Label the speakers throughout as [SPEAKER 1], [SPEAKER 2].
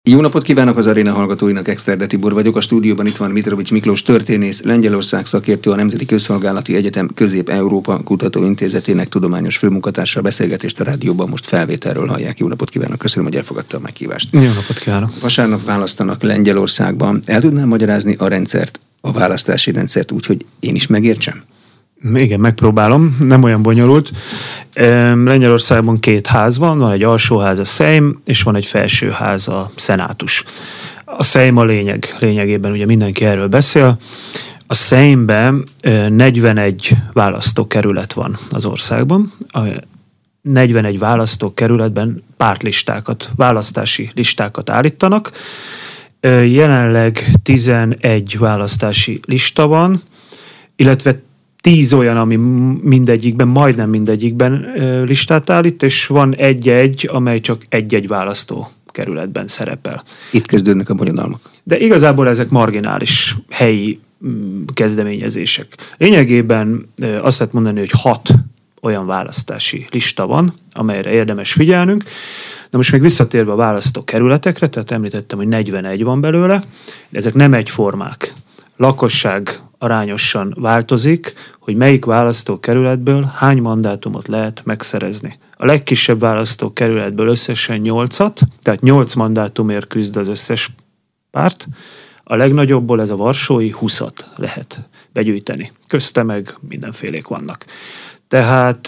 [SPEAKER 1] Jó napot kívánok az aréna hallgatóinak, Exterde Tibor vagyok. A stúdióban itt van Mitrovics Miklós történész, Lengyelország szakértő, a Nemzeti Közszolgálati Egyetem Közép-Európa Kutatóintézetének tudományos főmunkatársa. A beszélgetést a rádióban most felvételről hallják. Jó napot kívánok, köszönöm, hogy elfogadta a meghívást.
[SPEAKER 2] Jó napot kívánok.
[SPEAKER 1] Vasárnap választanak Lengyelországban. El tudnám magyarázni a rendszert, a választási rendszert úgy, hogy én is megértsem?
[SPEAKER 2] Igen, megpróbálom, nem olyan bonyolult. Lengyelországban két ház van egy alsóház, a Szejm, és van egy felsőház, a Szenátus. A Szejm a lényegében ugye mindenki erről beszél. A Szejmben 41 választókerület van az országban. A 41 választókerületben pártlistákat, választási listákat állítanak. Jelenleg 11 választási lista van, illetve 10 olyan, ami majdnem mindegyikben listát állít, és van egy-egy, amely csak egy-egy választókerületben szerepel.
[SPEAKER 1] Itt kezdődnek a bonyodalmak.
[SPEAKER 2] De igazából ezek marginális helyi kezdeményezések. Lényegében azt lehet mondani, hogy 6 olyan választási lista van, amelyre érdemes figyelnünk. Na most még visszatérve a választókerületekre, tehát említettem, hogy 41 van belőle, de ezek nem egyformák. Lakosság arányosan változik, hogy melyik választókerületből hány mandátumot lehet megszerezni. A legkisebb választókerületből összesen 8-at, tehát 8 mandátumért küzd az összes párt, a legnagyobbból, ez a varsói, 20-at lehet begyűjteni. Közte meg mindenfélék vannak. Tehát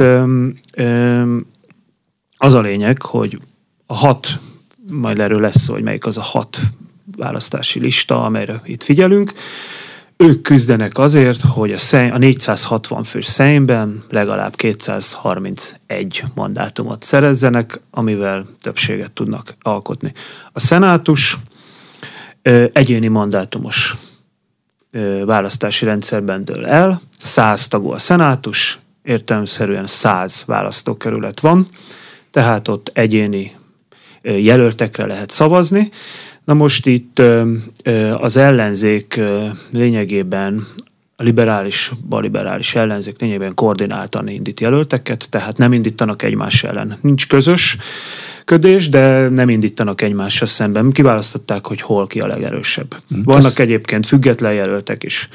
[SPEAKER 2] az a lényeg, hogy a 6, majd erről lesz szó, hogy melyik az a 6 választási lista, amelyre itt figyelünk. Ők küzdenek azért, hogy a 460 fős Szejmben legalább 231 mandátumot szerezzenek, amivel többséget tudnak alkotni. A Szenátus egyéni mandátumos választási rendszerben dől el, 100 tagú a Szenátus, értelemszerűen 100 választókerület van, tehát ott egyéni jelöltekre lehet szavazni. Na most itt az ellenzék lényegében, a balliberális ellenzék lényegében koordináltan indít jelölteket, tehát nem indítanak egymás ellen. Nincs közös ködés, de nem indítanak egymással szemben. Kiválasztották, hogy hol ki a legerősebb. Vannak egyébként független jelöltek is.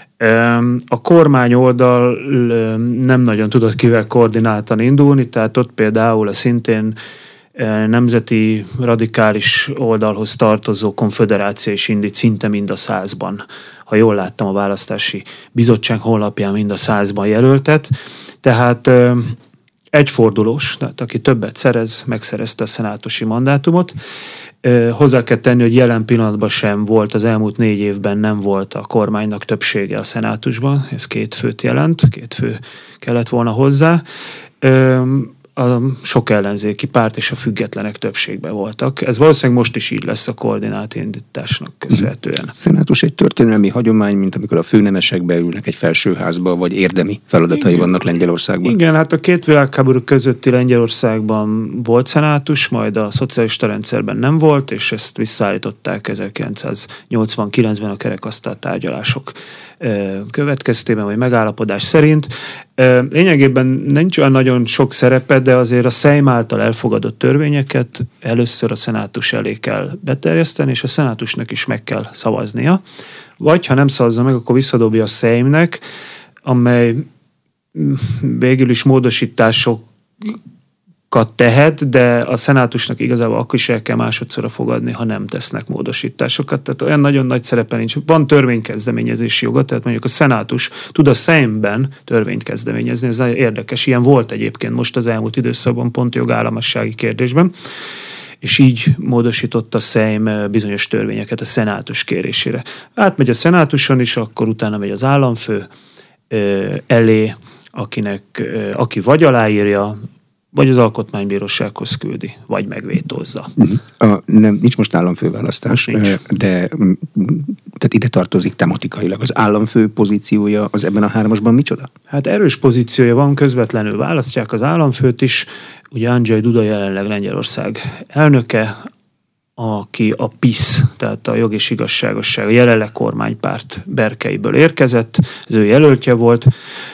[SPEAKER 2] A kormány oldal nem nagyon tudott kivel koordináltan indulni, tehát ott például a szintén nemzeti radikális oldalhoz tartozó konföderáció is indít szinte mind a 100-ban. Ha jól láttam, a választási bizottság honlapján mind a 100-ban jelöltet. Tehát egyfordulós, tehát aki többet szerez, megszerezte a szenátusi mandátumot. Hozzá kell tenni, hogy jelen pillanatban sem volt, az elmúlt 4 évben nem volt a kormánynak többsége a szenátusban. Ez 2 főt jelent, 2 fő kellett volna hozzá. A sok ellenzéki párt és a függetlenek többségben voltak. Ez valószínűleg most is így lesz a koordinált indításnak köszönhetően.
[SPEAKER 1] A Szenátus egy történelmi hagyomány, mint amikor a főnemesek beülnek egy felsőházba, vagy érdemi feladatai vannak Lengyelországban.
[SPEAKER 2] Igen, hát a 2 világháború közötti Lengyelországban volt szenátus, majd a szocialista rendszerben nem volt, és ezt visszaállították 1989-ben a kerekasztal tárgyalások következtében, vagy megállapodás szerint. Lényegében nincs olyan nagyon sok szerepe, de azért a Szejm által elfogadott törvényeket először a szenátus elé kell beterjeszteni, és a szenátusnak is meg kell szavaznia. Vagy ha nem szavazza meg, akkor visszadobja a Szejmnek, amely végül is módosításokat tehet, de a szenátusnak igazából akkor is el kell másodszorra fogadni, ha nem tesznek módosításokat. Tehát olyan nagyon nagy szerepe nincs. Van törvénykezdeményezési joga, tehát mondjuk a szenátus tud a Szejmben törvényt kezdeményezni. Ez nagyon érdekes. Ilyen volt egyébként most az elmúlt időszakban pont jogállamossági kérdésben. És így módosított a Szejm bizonyos törvényeket a szenátus kérésére. Átmegy a szenátuson is, akkor utána megy az államfő elé, aki vagy aláírja, vagy az alkotmánybírósághoz küldi, vagy megvétózza.
[SPEAKER 1] Nincs most államfőválasztás, de tehát ide tartozik tematikailag. Az államfő pozíciója az ebben a 3-asban micsoda?
[SPEAKER 2] Hát erős pozíciója van, közvetlenül választják az államfőt is. Ugye Andrzej Duda jelenleg Lengyelország elnöke, aki a PiS, tehát a Jog és Igazságosság, a jelenleg kormánypárt berkeiből érkezett, az ő jelöltje volt.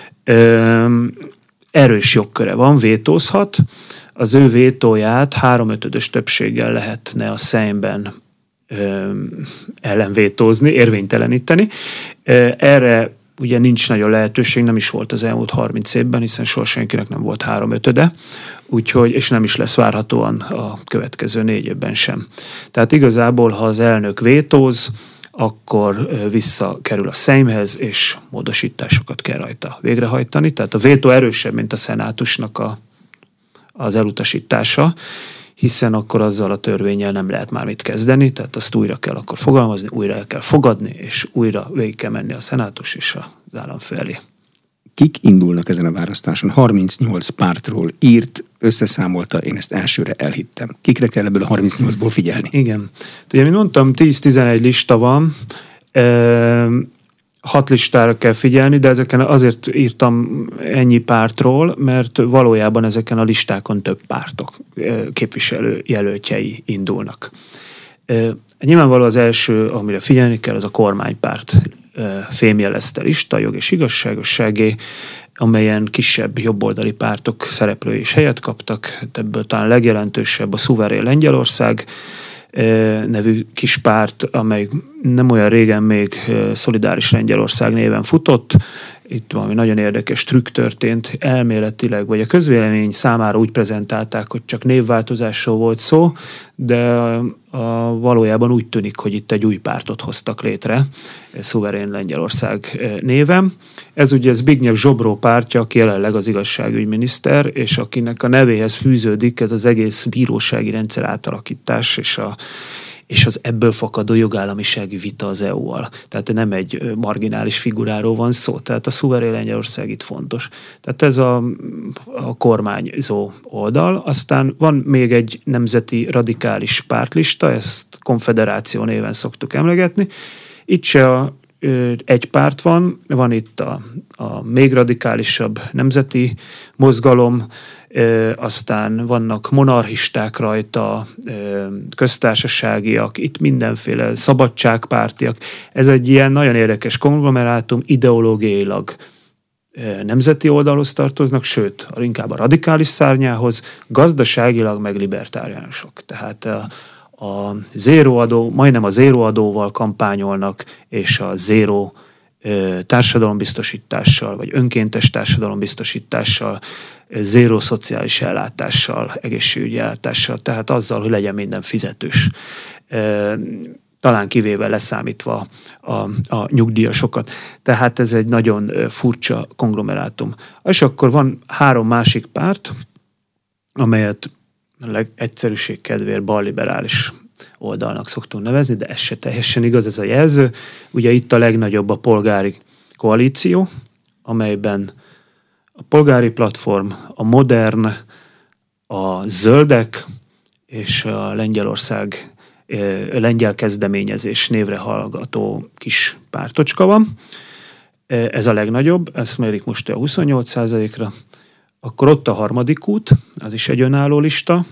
[SPEAKER 2] Erős jogköre van, vétózhat. Az ő vétóját 3/5-ös többséggel lehetne a Szejmben ellenvétózni, érvényteleníteni. Erre ugye nincs nagyon lehetőség, nem is volt az elmúlt 30 évben, hiszen soha senkinek nem volt 3/5, úgyhogy, és nem is lesz várhatóan a következő 4 évben sem. Tehát igazából, ha az elnök vétóz, akkor visszakerül a Szeimhez, és módosításokat kell rajta végrehajtani. Tehát a vétó erősebb, mint a szenátusnak az elutasítása, hiszen akkor azzal a törvénnyel nem lehet már mit kezdeni, tehát azt újra kell akkor fogalmazni, újra el kell fogadni, és újra végig kell menni a szenátus és az államfő elé.
[SPEAKER 1] Kik indulnak ezen a választáson? 38 pártról írt, összeszámolta, én ezt elsőre elhittem. Kikre kell ebből a 38-ból figyelni?
[SPEAKER 2] Igen. Ugye, mint mondtam, 10-11 lista van, 6 listára kell figyelni, de ezeken azért írtam ennyi pártról, mert valójában ezeken a listákon több pártok képviselő jelöltjei indulnak. Nyilvánvaló az első, amire figyelni kell, az a kormánypárt fémjelezte lista, Jog és Igazságosságé, amelyen kisebb jobboldali pártok szereplői is helyet kaptak. Ebből talán legjelentősebb a Szuverén Lengyelország nevű kis párt, amely nem olyan régen még Szolidáris Lengyelország néven futott. Itt valami nagyon érdekes trükk történt elméletileg, vagy a közvélemény számára úgy prezentálták, hogy csak névváltozásról volt szó, de valójában úgy tűnik, hogy itt egy új pártot hoztak létre, Szuverén Lengyelország néven. Ez ugye Zbigniew Zsobró pártja, aki jelenleg az igazságügyminiszter, és akinek a nevéhez fűződik ez az egész bírósági rendszer átalakítás, és az ebből fakadó jogállamisági vita az EU-val. Tehát nem egy marginális figuráról van szó, tehát a Szuverén Lengyelország itt fontos. Tehát ez a kormányzó oldal. Aztán van még egy nemzeti radikális pártlista, ezt konfederáció néven szoktuk emlegetni. Itt se egy párt van itt a még radikálisabb nemzeti mozgalom, aztán vannak monarchisták rajta, köztársaságiak, itt mindenféle szabadságpártiak. Ez egy ilyen nagyon érdekes konglomerátum, ideológiailag nemzeti oldalhoz tartoznak, sőt, inkább a radikális szárnyához, gazdaságilag meg libertáriánusok. Tehát a zéroadó, majdnem a zéroadóval kampányolnak, és a zéró társadalombiztosítással, vagy önkéntes társadalombiztosítással, zéró szociális ellátással, egészségügyi ellátással, tehát azzal, hogy legyen minden fizetős. Talán kivéve leszámítva a nyugdíjasokat. Tehát ez egy nagyon furcsa konglomerátum. És akkor van 3 másik párt, amelyet a legegyszerűség kedvéért balliberális oldalnak szoktunk nevezni, de ez se teljesen igaz, ez a jelző. Ugye itt a legnagyobb a polgári koalíció, amelyben a polgári platform, a Modern, a Zöldek és a Lengyelország lengyel kezdeményezés névre hallgató kis pártocska van. Ez a legnagyobb, ezt mérik most a 28%-ra. Akkor ott a harmadik út, az is egy önálló lista,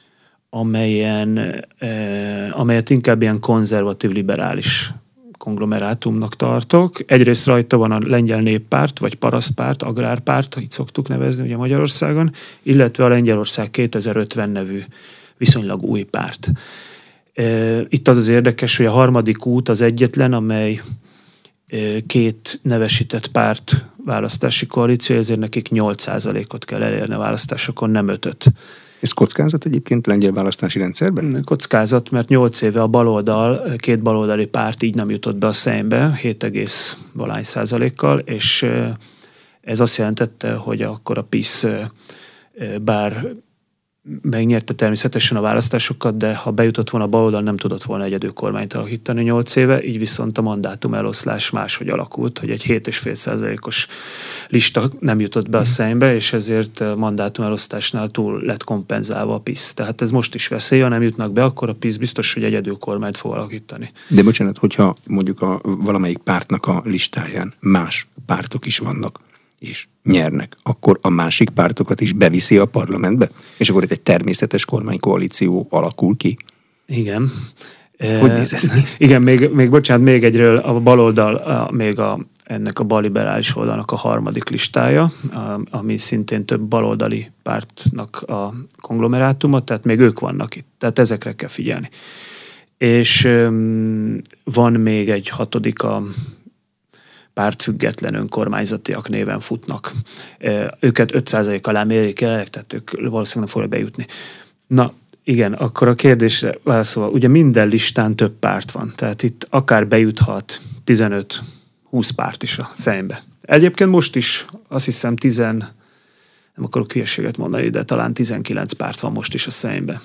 [SPEAKER 2] amelyet inkább ilyen konzervatív, liberális konglomerátumnak tartok. Egyrészt rajta van a Lengyel Néppárt, vagy Parasztpárt, Agrárpárt, így szoktuk nevezni ugye Magyarországon, illetve a Lengyelország 2050 nevű viszonylag új párt. Itt az érdekes, hogy a harmadik út az egyetlen, amely 2 nevesített párt választási koalíció, ezért nekik 8%-ot kell elérni a választásokon, nem 5-öt.
[SPEAKER 1] Ez kockázat egyébként lengyel választási rendszerben?
[SPEAKER 2] Kockázat, mert 8 éve a baloldal, 2 baloldali párt így nem jutott be a Szeimbe, 7,valány%-kal, és ez azt jelentette, hogy akkor a PiS bár megnyerte természetesen a választásokat, de ha bejutott volna a baloldal, nem tudott volna egyedül kormányt alakítani 8 éve, így viszont a mandátum eloszlás máshogy alakult, hogy egy 7,5%-os lista nem jutott be a Szeimbe, és ezért a mandátum elosztásnál túl lett kompenzálva a PiS. Tehát ez most is veszély, ha nem jutnak be, akkor a PiS biztos, hogy egyedül kormányt fog alakítani.
[SPEAKER 1] De bocsánat, hogyha mondjuk valamelyik pártnak a listáján más pártok is vannak, és nyernek, akkor a másik pártokat is beviszi a parlamentbe? És akkor itt egy természetes kormánykoalíció alakul ki?
[SPEAKER 2] Igen.
[SPEAKER 1] Hogy néz ez?
[SPEAKER 2] Igen, még egyről a baloldal, ennek a balliberális oldalnak a harmadik listája, ami szintén több baloldali pártnak a konglomerátuma, tehát még ők vannak itt. Tehát ezekre kell figyelni. és van még egy 6. a pártfüggetlen önkormányzatiak néven futnak. Őket 5% alá mérik el, tehát ők valószínűleg nem fognak bejutni. Na, igen, akkor a kérdésre válaszolva, ugye minden listán több párt van, tehát itt akár bejuthat 15-20 párt is a Szejmbe. Egyébként most is azt hiszem nem akarok hülyeséget mondani, de talán 19 párt van most is a Szejmbe.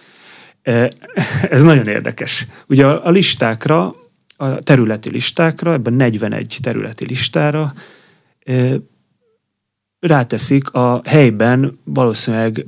[SPEAKER 2] Ez nagyon érdekes. Ugye a listákra, a területi listákra, ebben 41 területi listára ráteszik a helyben valószínűleg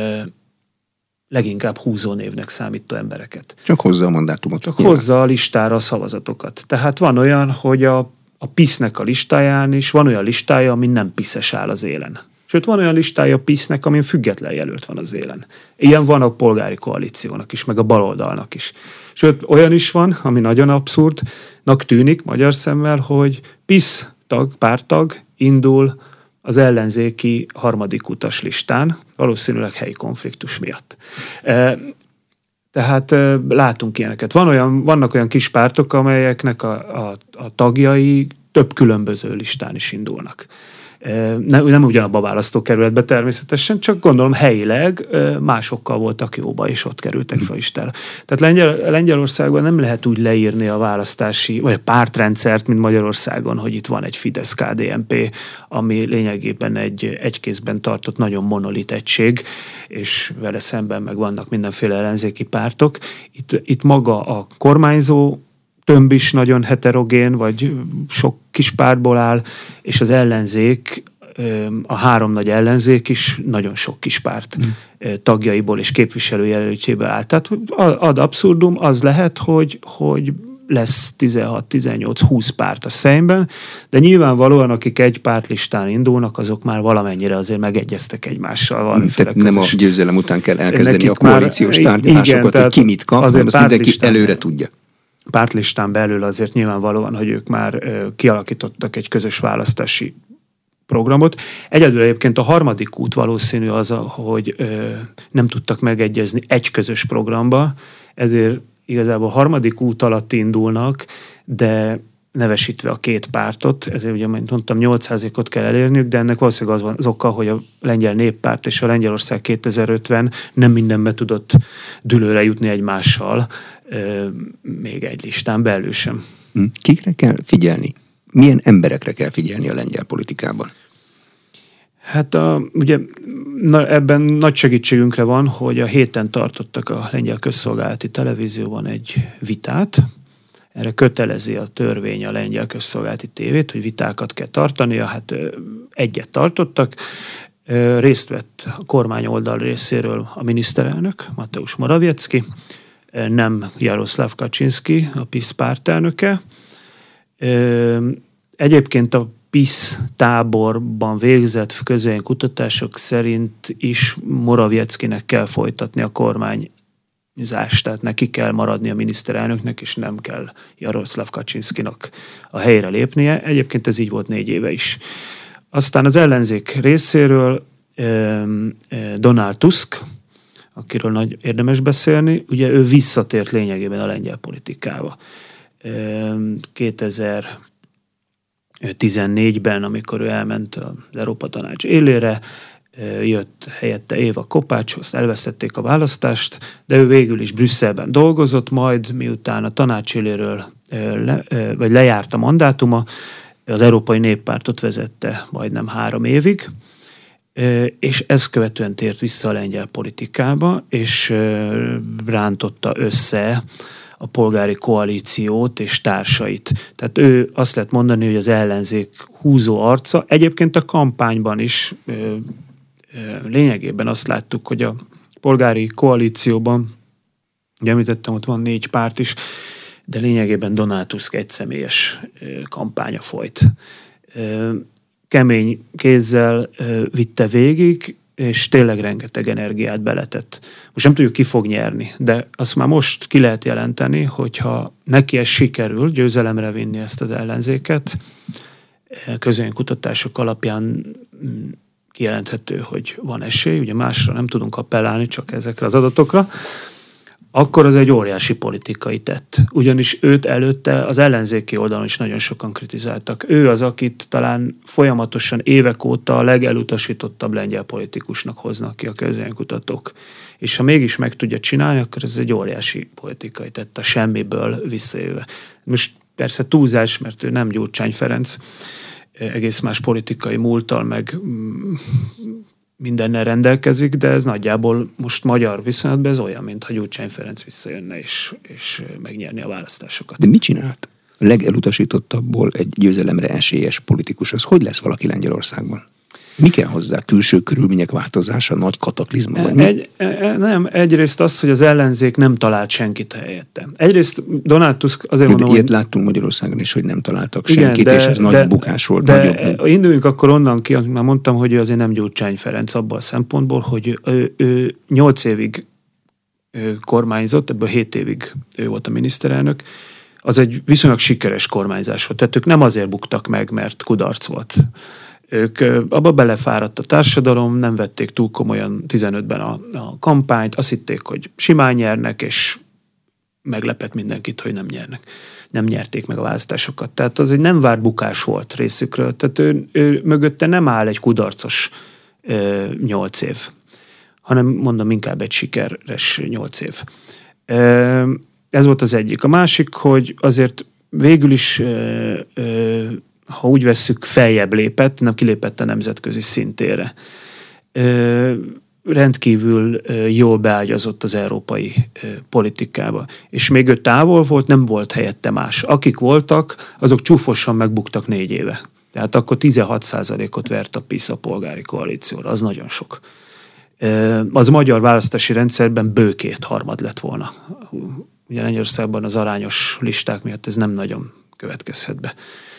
[SPEAKER 2] leginkább húzónévnek számító embereket.
[SPEAKER 1] Csak hozza a mandátumot.
[SPEAKER 2] Csak hozza a listára a szavazatokat. Tehát van olyan, hogy a PISZ-nek a listáján is van olyan listája, ami nem PISZ-es áll az élen. Sőt, van olyan listája a PISZ-nek, amin független jelölt van az élen. Ilyen van a polgári koalíciónak is, meg a baloldalnak is. Sőt, olyan is van, ami nagyon abszurdnak tűnik magyar szemmel, hogy PISZ párttag indul az ellenzéki harmadik utas listán, valószínűleg helyi konfliktus miatt. Tehát látunk ilyeneket. Vannak olyan kis pártok, amelyeknek a tagjai több különböző listán is indulnak. Nem ugyanabba a választókerületbe természetesen, csak gondolom helyileg másokkal voltak jóba, és ott kerültek fel listára. Tehát Lengyelországban nem lehet úgy leírni a választási, vagy a pártrendszert, mint Magyarországon, hogy itt van egy Fidesz-KDNP, ami lényegében egy kézben tartott nagyon monolit egység, és vele szemben meg vannak mindenféle ellenzéki pártok. Itt maga a kormányzó tömb is nagyon heterogén, vagy sok kis pártból áll, és az ellenzék, a 3 nagy ellenzék is nagyon sok kis párt tagjaiból és képviselőjelöltjéből áll. Tehát ad abszurdum, az lehet, hogy lesz 16-18-20 párt a Szejmben, de nyilvánvalóan, akik egy pártlistán indulnak, azok már valamennyire azért megegyeztek egymással.
[SPEAKER 1] Tehát nem a győzelem után kell elkezdeni nekik a koalíciós tárgyalásokat, hogy ki mit kap, hanem azt mindenki előre tudja.
[SPEAKER 2] Pártlistán belül azért nyilvánvalóan, hogy ők már kialakítottak egy közös választási programot. Egyedül egyébként a harmadik út valószínű az, hogy nem tudtak megegyezni egy közös programba, ezért igazából a harmadik út alatt indulnak, de nevesítve a két pártot, ezért ugye, mint mondtam, 8%-ot kell elérniük, de ennek valószínűleg az van az oka, hogy a Lengyel Néppárt és a Lengyelország 2050 nem mindenbe tudott dűlőre jutni egymással, még egy listán belül sem.
[SPEAKER 1] Kikre kell figyelni? Milyen emberekre kell figyelni a lengyel politikában?
[SPEAKER 2] Hát ugye ebben nagy segítségünkre van, hogy a héten tartottak a lengyel közszolgálati televízióban egy vitát. Erre kötelezi a törvény a lengyel közszolgálati tévét, hogy vitákat kell tartania. Hát egyet tartottak. Részt vett a kormány oldal részéről a miniszterelnök, Mateusz Morawiecki, nem Jaroszláv Kaczynszki, a PiS pártelnöke. Egyébként a PiS táborban végzett közvéleménykutatások szerint is Morawieckinek kell folytatni a kormányzást, tehát neki kell maradni a miniszterelnöknek, és nem kell Jaroszláv Kaczynszkinak a helyre lépnie. Egyébként ez így volt 4 éve is. Aztán az ellenzék részéről Donald Tusk, akiről nagy érdemes beszélni, ugye ő visszatért lényegében a lengyel politikába. 2014-ben, amikor ő elment az Európa Tanács élére, jött helyette Éva Kopács, azt elvesztették a választást, de ő végül is Brüsszelben dolgozott, majd miután a tanács éléről vagy lejárt a mandátuma, az Európai Néppártot vezette majdnem 3 évig, és ezt követően tért vissza a lengyel politikába, és rántotta össze a polgári koalíciót és társait. Tehát ő azt lehet mondani, hogy az ellenzék húzó arca. Egyébként a kampányban is lényegében azt láttuk, hogy a polgári koalícióban, ugye említettem, ott van 4 párt is, de lényegében Donald Tusk egyszemélyes kampánya folyt. Kemény kézzel vitte végig, és tényleg rengeteg energiát beletett. Most nem tudjuk, ki fog nyerni, de azt már most ki lehet jelenteni, hogyha neki ez sikerül győzelemre vinni ezt az ellenzéket, közvéleménykutatások alapján kijelenthető, hogy van esély, ugye másra nem tudunk appellálni, csak ezekre az adatokra, akkor az egy óriási politikai tett. Ugyanis őt előtte az ellenzéki oldalon is nagyon sokan kritizáltak. Ő az, akit talán folyamatosan évek óta a legelutasítottabb lengyel politikusnak hoznak ki a közvéleménykutatók. És ha mégis meg tudja csinálni, akkor ez egy óriási politikai tett a semmiből visszajöve. Most persze túlzás, mert ő nem Gyurcsány Ferenc, egész más politikai múlttal, meg mindennel rendelkezik, de ez nagyjából most magyar viszonylatban ez olyan, mintha Gyurcsány Ferenc visszajönne és megnyerni a választásokat.
[SPEAKER 1] De mit csinált? A legelutasítottabbból egy győzelemre esélyes politikus, az hogy lesz valaki Lengyelországban? Mi kell hozzá? Külső körülmények változása, nagy kataklizma?
[SPEAKER 2] Nem, egyrészt az, hogy az ellenzék nem talált senkit helyette. Egyrészt Donald Tusk azért
[SPEAKER 1] mondom, ilyet láttunk Magyarországon is, hogy nem találtak senkit,
[SPEAKER 2] igen,
[SPEAKER 1] és ez nagy bukás volt.
[SPEAKER 2] De induljunk akkor onnan ki, már mondtam, hogy ő azért nem Gyurcsány Ferenc abban a szempontból, hogy ő 8 évig kormányzott, ebből 7 évig ő volt a miniszterelnök. Az egy viszonylag sikeres kormányzás volt. Tehát ők nem azért buktak meg, mert kudarc volt. Ők abba belefáradt a társadalom, nem vették túl komolyan 15-ben a kampányt, azt hitték, hogy simán nyernek, és meglepett mindenkit, hogy nem nyernek. Nem nyerték meg a választásokat. Tehát az egy nem várt bukás volt részükről. Tehát ő mögötte nem áll egy kudarcos 8 év, hanem mondom inkább egy sikeres 8 év. Ez volt az egyik. A másik, hogy azért végül is ha úgy vesszük, feljebb lépett, nem kilépett a nemzetközi szintére. Rendkívül jól beágyazott az európai politikába. És még ő távol volt, nem volt helyette más. Akik voltak, azok csúfosan megbuktak 4 éve. Tehát akkor 16%-ot vert a PiS a polgári koalícióra. Az nagyon sok. Az magyar választási rendszerben bő 2/3 lett volna. Ugye Lengyelországban az arányos listák miatt ez nem nagyon következhet be.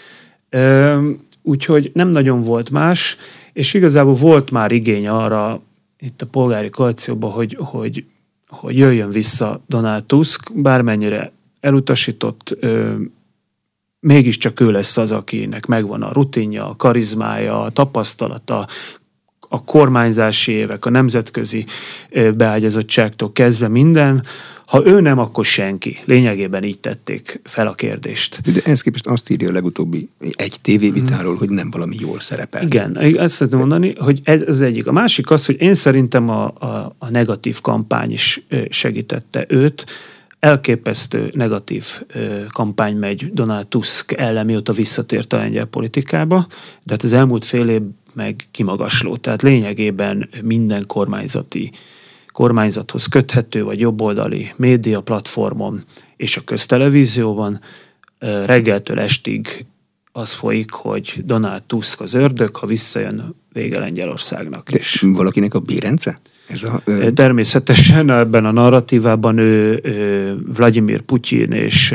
[SPEAKER 2] Úgyhogy nem nagyon volt más, és igazából volt már igény arra itt a polgári koalícióban, hogy jöjjön vissza Donald Tusk, bármennyire elutasított, mégiscsak ő lesz az, akinek megvan a rutinja, a karizmája, a tapasztalata, a kormányzási évek, a nemzetközi beágyazottságtól kezdve minden. Ha ő nem, akkor senki. Lényegében így tették fel a kérdést.
[SPEAKER 1] De ehhez képest azt írja a legutóbbi egy tévévitáról, hogy nem valami jól szerepel.
[SPEAKER 2] Igen, ezt szeretném mondani, hogy ez az egyik. A másik az, hogy én szerintem a negatív kampány is segítette őt. Elképesztő negatív kampány megy Donald Tusk ellen, mióta visszatért a lengyel politikába, de hát az elmúlt fél év meg kimagasló. Tehát lényegében minden kormányzathoz köthető, vagy jobboldali média platformon és a köztelevízióban reggeltől estig az folyik, hogy Donald Tusk az ördög, ha visszajön, vége Lengyelországnak.
[SPEAKER 1] És valakinek a bérence?
[SPEAKER 2] Természetesen ebben a narratívában ő Vladimir Putyin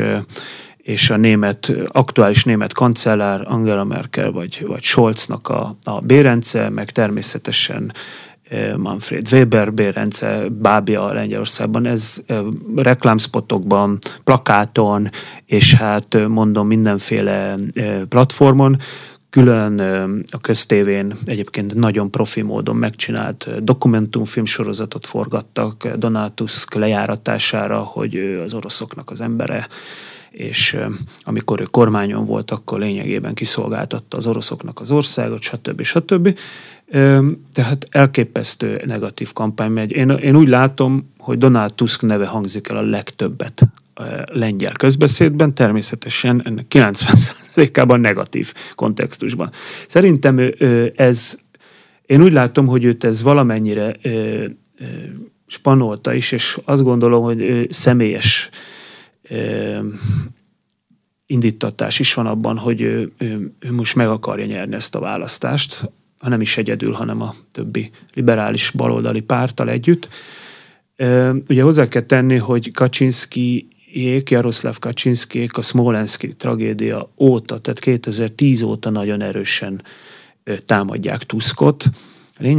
[SPEAKER 2] és a aktuális német kancellár Angela Merkel vagy Scholznak a bérence, meg természetesen Manfred Weber bérence, bábja Lengyelországban. Ez reklámspotokban, plakáton, és hát mondom mindenféle platformon, külön a köztévén egyébként nagyon profi módon megcsinált dokumentumfilm sorozatot forgattak Donald Tusk lejáratására, hogy ő az oroszoknak az embere, és amikor ő kormányon volt, akkor lényegében kiszolgáltatta az oroszoknak az országot, stb. Tehát elképesztő negatív kampány megy. Én úgy látom, hogy Donald Tusk neve hangzik el a legtöbbet a lengyel közbeszédben, természetesen ennek 90%-ában negatív kontextusban. Szerintem én úgy látom, hogy őt ez valamennyire spanolta is, és azt gondolom, hogy személyes indítatás is van abban, hogy ő most meg akarja nyerni ezt a választást, ha nem is egyedül, hanem a többi liberális baloldali párttal együtt. Ugye hozzá kell tenni, hogy Jaroszláv Kaczynszkijék a Szmolenszki tragédia óta, tehát 2010 óta nagyon erősen támadják Tuskot.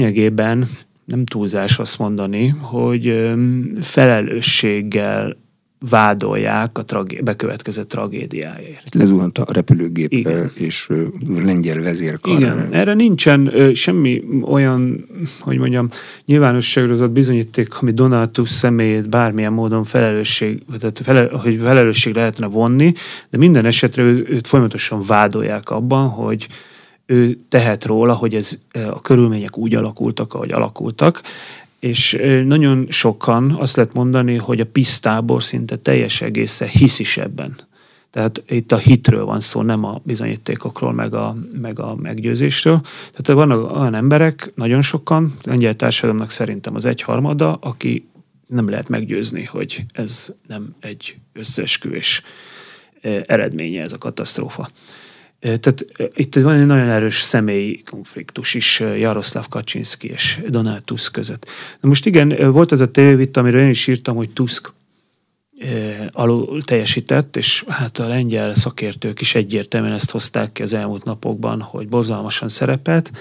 [SPEAKER 2] Lényegében nem túlzás azt mondani, hogy felelősséggel vádolják a bekövetkezett tragédiáért.
[SPEAKER 1] Lezuhant a repülőgép, és lengyel vezérkar.
[SPEAKER 2] Igen, erre nincsen semmi olyan, hogy mondjam, nyilvánosságra hozott bizonyíték, ami Donald Tusk személyét bármilyen módon hogy felelősségre lehetne vonni, de minden esetre őt folyamatosan vádolják abban, hogy ő tehet róla, hogy a körülmények úgy alakultak, ahogy alakultak, és nagyon sokan azt lehet mondani, hogy a PiS tábor szinte teljes egészen hisz is ebben. Tehát itt a hitről van szó, nem a bizonyítékokról, meg a meggyőzésről. Tehát vannak olyan emberek, nagyon sokan, lengyel társadalomnak szerintem az 1/3, aki nem lehet meggyőzni, hogy ez nem egy összeesküvés eredménye, ez a katasztrófa. Tehát itt van egy nagyon erős személyi konfliktus is Jaroszláv Kaczynszki és Donald Tusk között. Na most igen, volt ez a tévévita, amiről én is írtam, hogy Tusk alul teljesített, és hát a lengyel szakértők is egyértelműen ezt hozták ki az elmúlt napokban, hogy borzalmasan szerepelt.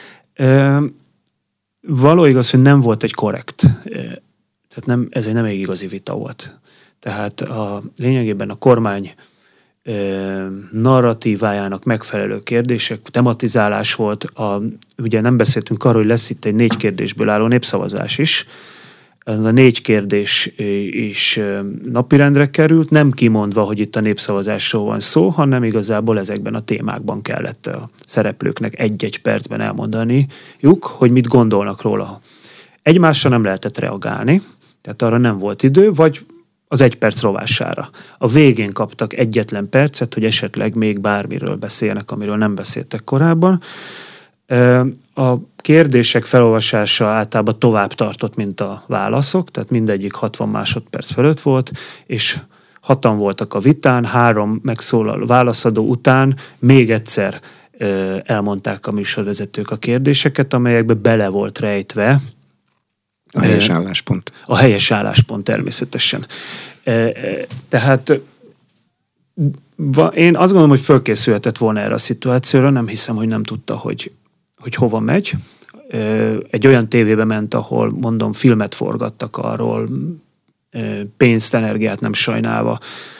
[SPEAKER 2] Való igaz, hogy nem volt egy korrekt, tehát ez egy nem egy igazi vita volt. Tehát lényegében a kormány narratívájának megfelelő kérdések, tematizálás volt, ugye nem beszéltünk arról, hogy lesz itt egy 4 kérdésből álló népszavazás is. A 4 kérdés is napirendre került, nem kimondva, hogy itt a népszavazásról van szó, hanem igazából ezekben a témákban kellett a szereplőknek 1-1 percben elmondaniuk, hogy mit gondolnak róla. Egymásra nem lehetett reagálni, tehát arra nem volt idő, vagy az 1 perc rovására. A végén kaptak egyetlen percet, hogy esetleg még bármiről beszéljenek, amiről nem beszéltek korábban. A kérdések felolvasása általában tovább tartott, mint a válaszok, tehát mindegyik 60 másodperc fölött volt, és 6-an voltak a vitán, 3 megszólal válaszadó után még egyszer elmondták a műsorvezetők a kérdéseket, amelyekbe bele volt rejtve
[SPEAKER 1] a helyes álláspont.
[SPEAKER 2] A helyes álláspont természetesen. Tehát én azt gondolom, hogy fölkészülhetett volna erre a szituációra, nem hiszem, hogy nem tudta, hogy hova megy. Egy olyan tévébe ment, ahol mondom, filmet forgattak arról, pénzt, energiát nem sajnálva,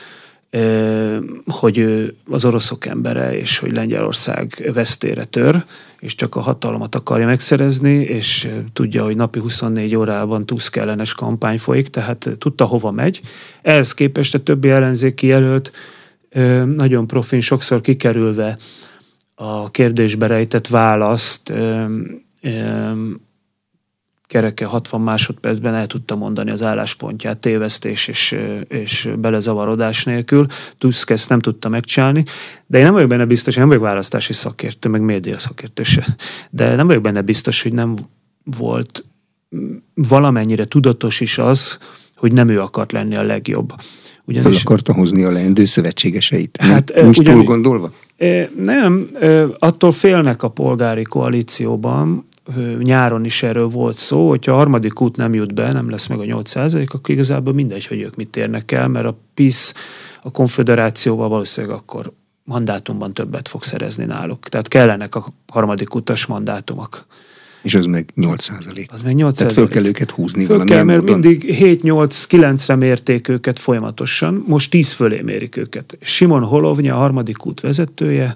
[SPEAKER 2] hogy ő az oroszok embere, és hogy Lengyelország vesztére tör, és csak a hatalmat akarja megszerezni, és tudja, hogy napi 24 órában Tusk ellenes kampány folyik, tehát tudta, hova megy. Ehhez képest a többi ellenzéki jelölt nagyon profin, sokszor kikerülve a kérdésbe rejtett választ kereke 60 másodpercben el tudta mondani az álláspontját tévesztés és belezavarodás nélkül. Tusk ezt nem tudta megcsinálni, de én nem vagyok benne biztos, nem vagyok választási szakértő, meg média szakértő se, de nem vagyok benne biztos, hogy nem volt valamennyire tudatos is az, hogy nem ő akart lenni a legjobb.
[SPEAKER 1] Föl akarta hozni a leendő szövetségeseit. Hát, nincs túl gondolva?
[SPEAKER 2] Nem, attól félnek a polgári koalícióban, nyáron is erről volt szó, hogyha a harmadik út nem jut be, nem lesz meg a 8%, akkor igazából mindegy, hogy ők mit érnek el, mert a PiS a konföderációval valószínűleg akkor mandátumban többet fog szerezni náluk. Tehát kellenek a harmadik utas mandátumok.
[SPEAKER 1] És az meg 8%.
[SPEAKER 2] Az meg 8%.
[SPEAKER 1] Tehát föl kell őket húzni
[SPEAKER 2] föl kell, mert módon. Mindig 7-8-9-re mérték őket folyamatosan, most 10 fölé mérik őket. Simon Holovnya, a harmadik út vezetője,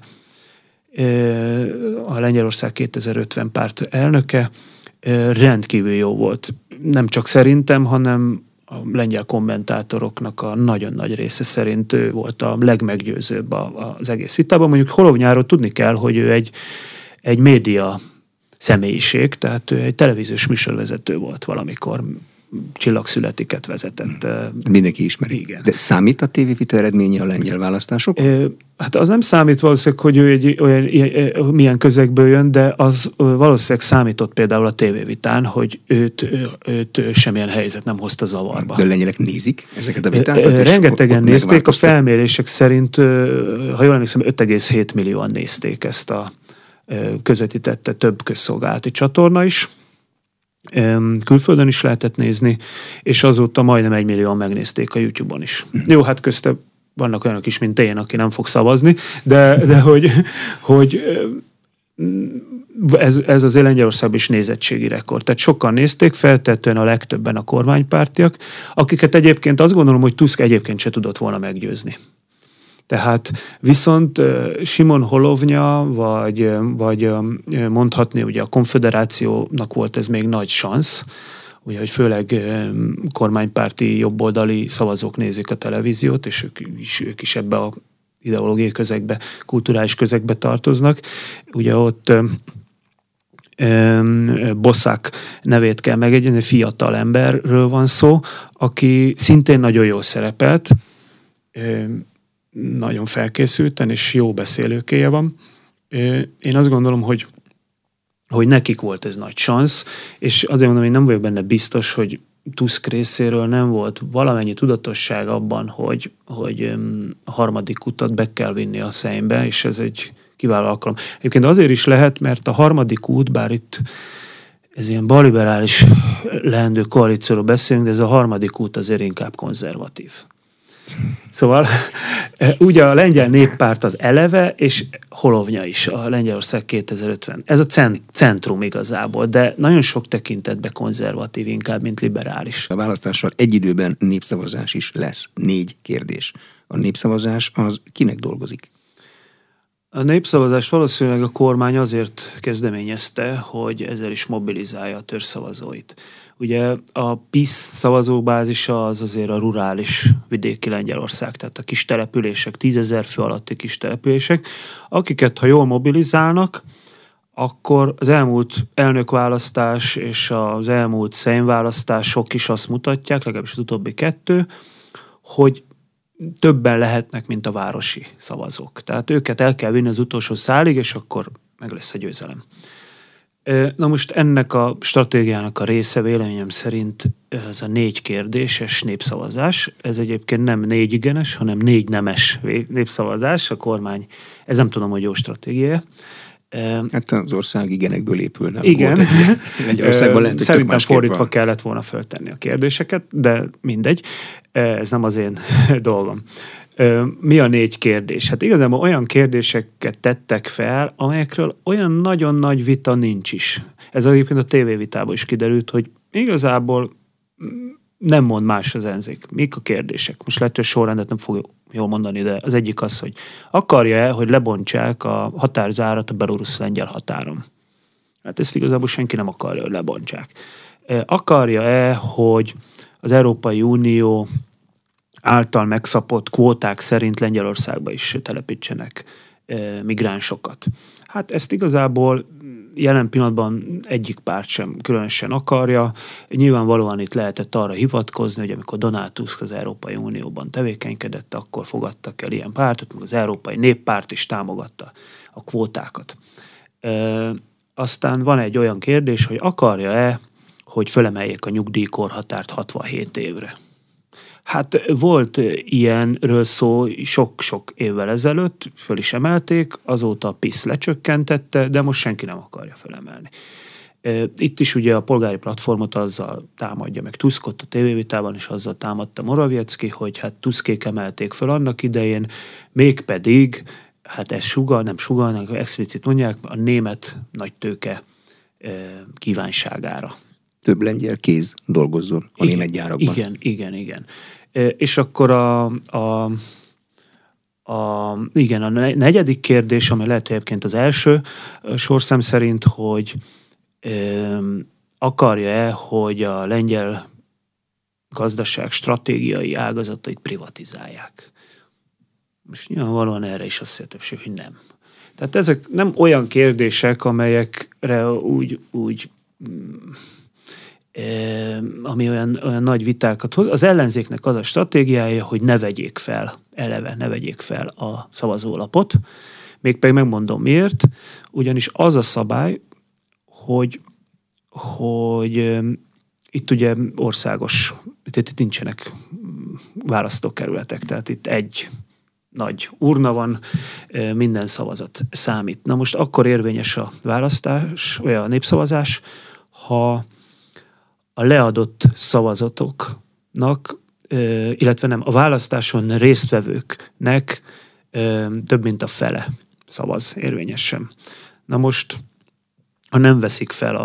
[SPEAKER 2] a Lengyelország 2050 párt elnöke, rendkívül jó volt. Nem csak szerintem, hanem a lengyel kommentátoroknak a nagyon nagy része szerint ő volt a legmeggyőzőbb az egész vitában. Mondjuk Holovnyáról tudni kell, hogy ő egy média személyiség, tehát ő egy televíziós műsorvezető volt valamikor, Csillagszületiket vezetett.
[SPEAKER 1] Mindenki ismeri.
[SPEAKER 2] Igen.
[SPEAKER 1] De számít a tévévita eredménye a lengyel választások?
[SPEAKER 2] Hát az nem számít valószínűleg, hogy ő egy olyan milyen közegből jön, de az valószínűleg számított például a tévévitán, hogy őt semmilyen helyzet nem hozta zavarba.
[SPEAKER 1] De a lengyelek nézik ezeket a vitákat?
[SPEAKER 2] Rengetegen nézték, a felmérések szerint, ha jól emlékszem, 5,7 millióan nézték ezt a közvetítette több közszolgálati csatorna is. Külföldön is lehetett nézni, és azóta majdnem 1 millióan megnézték a YouTube-on is. Jó, hát közte vannak olyanok is, mint én, aki nem fog szavazni, de hogy ez az Lengyelországban is nézettségi rekord. Tehát sokan nézték, feltetően a legtöbben a kormánypártiak, akiket egyébként azt gondolom, hogy Tusk egyébként se tudott volna meggyőzni. Tehát viszont Simon Holovnya, vagy mondhatni, ugye a konföderációnak volt ez még nagy szansz, ugye, hogy főleg kormánypárti jobboldali szavazók nézik a televíziót, és ők is ebbe a ideológiai közegbe, kulturális közegbe tartoznak. Ugye ott Boszák nevét kell megegyezni, fiatal emberről van szó, aki szintén nagyon jól szerepelt, nagyon felkészülten, és jó beszélőkéje van. Én azt gondolom, hogy nekik volt ez nagy szansz, és azért mondom, hogy nem vagyok benne biztos, hogy Tusk részéről nem volt valamennyi tudatosság abban, hogy a harmadik utat be kell vinni a Szeimbe, és ez egy kiváló alkalom. Egyébként azért is lehet, mert a harmadik út, bár itt ez ilyen balliberális leendő koalícióról beszélünk, de ez a harmadik út azért inkább konzervatív. Szóval ugye a lengyel néppárt az eleve, és Holovnya is, a Lengyelország 2050. Ez a centrum igazából, de nagyon sok tekintetben konzervatív inkább, mint liberális.
[SPEAKER 1] A választással egy időben népszavazás is lesz. 4 kérdés. A népszavazás az kinek dolgozik?
[SPEAKER 2] A népszavazást valószínűleg a kormány azért kezdeményezte, hogy ezzel is mobilizálja a törzszavazóit. Ugye a PiS szavazóbázisa az azért a rurális vidéki Lengyelország, tehát a kis települések, 10 000 fő alatti kis települések, akiket ha jól mobilizálnak, akkor az elmúlt elnökválasztás és az elmúlt Szejmválasztások is azt mutatják, legalábbis az utóbbi 2, hogy többen lehetnek, mint a városi szavazók. Tehát őket el kell vinni az utolsó szálig, és akkor meg lesz a győzelem. Na most ennek a stratégiának a része véleményem szerint ez a 4 kérdéses népszavazás. Ez egyébként nem 4 igenes, hanem 4 nemes népszavazás. A kormány, ez nem tudom, hogy jó stratégia.
[SPEAKER 1] Hát az ország igenekből épülne.
[SPEAKER 2] Igen.
[SPEAKER 1] Lengyelországban lehet, hogy
[SPEAKER 2] szerintem fordítva kellett volna föltenni a kérdéseket, de mindegy. Ez nem az én dolgom. Mi a 4 kérdés? Hát igazából olyan kérdéseket tettek fel, amelyekről olyan nagyon nagy vita nincs is. Ez egyébként a tévévitában is kiderült, hogy igazából nem mond más az ellenzék. Mik a kérdések? Most lehet, hogy a sorrendet nem fogja jól mondani, de az egyik az, hogy akarja-e, hogy lebontsák a határzárat a belorusz-lengyel határon? Hát ezt igazából senki nem akarja, hogy lebontsák. Akarja-e, hogy az Európai Unió által megszabott kvóták szerint Lengyelországba is telepítsenek migránsokat? Hát ezt igazából jelen pillanatban egyik párt sem különösen akarja. Nyilvánvalóan itt lehetett arra hivatkozni, hogy amikor Donald Tusk az Európai Unióban tevékenykedett, akkor fogadtak el ilyen pártot, meg az Európai Néppárt is támogatta a kvótákat. Aztán van egy olyan kérdés, hogy akarja-e, hogy fölemeljék a nyugdíjkorhatárt 67 évre. Hát volt ilyenről szó sok-sok évvel ezelőtt, föl is emelték, azóta a PiS lecsökkentette, de most senki nem akarja fölemelni. Itt is ugye a polgári platformot azzal támadja, meg Tuskot a tévévitában is azzal támadta Morawiecki, hogy hát Tuskék emelték föl annak idején, mégpedig, hát ez nem sugalnak, explicit mondják, a német nagytőke kívánságára.
[SPEAKER 1] Több lengyel kéz dolgozzon a német gyárakban.
[SPEAKER 2] Igen. És akkor a 4. kérdés, ami lehet egyébként az első sorszám szerint, hogy akarja-e, hogy a lengyel gazdaság stratégiai ágazatait privatizálják. Most nyilvánvalóan erre is azt mondja többség, hogy nem. Tehát ezek nem olyan kérdések, amelyekre úgy ami olyan nagy vitákat hoz. Az ellenzéknek az a stratégiája, hogy ne vegyék fel a szavazólapot. Mégpedig megmondom miért, ugyanis az a szabály, hogy itt ugye országos, itt nincsenek választókerületek, tehát itt egy nagy urna van, minden szavazat számít. Na most akkor érvényes a választás, vagy a népszavazás, ha a leadott szavazatoknak, illetve nem, a választáson résztvevőknek több mint a fele szavaz érvényesen. Na most ha nem veszik fel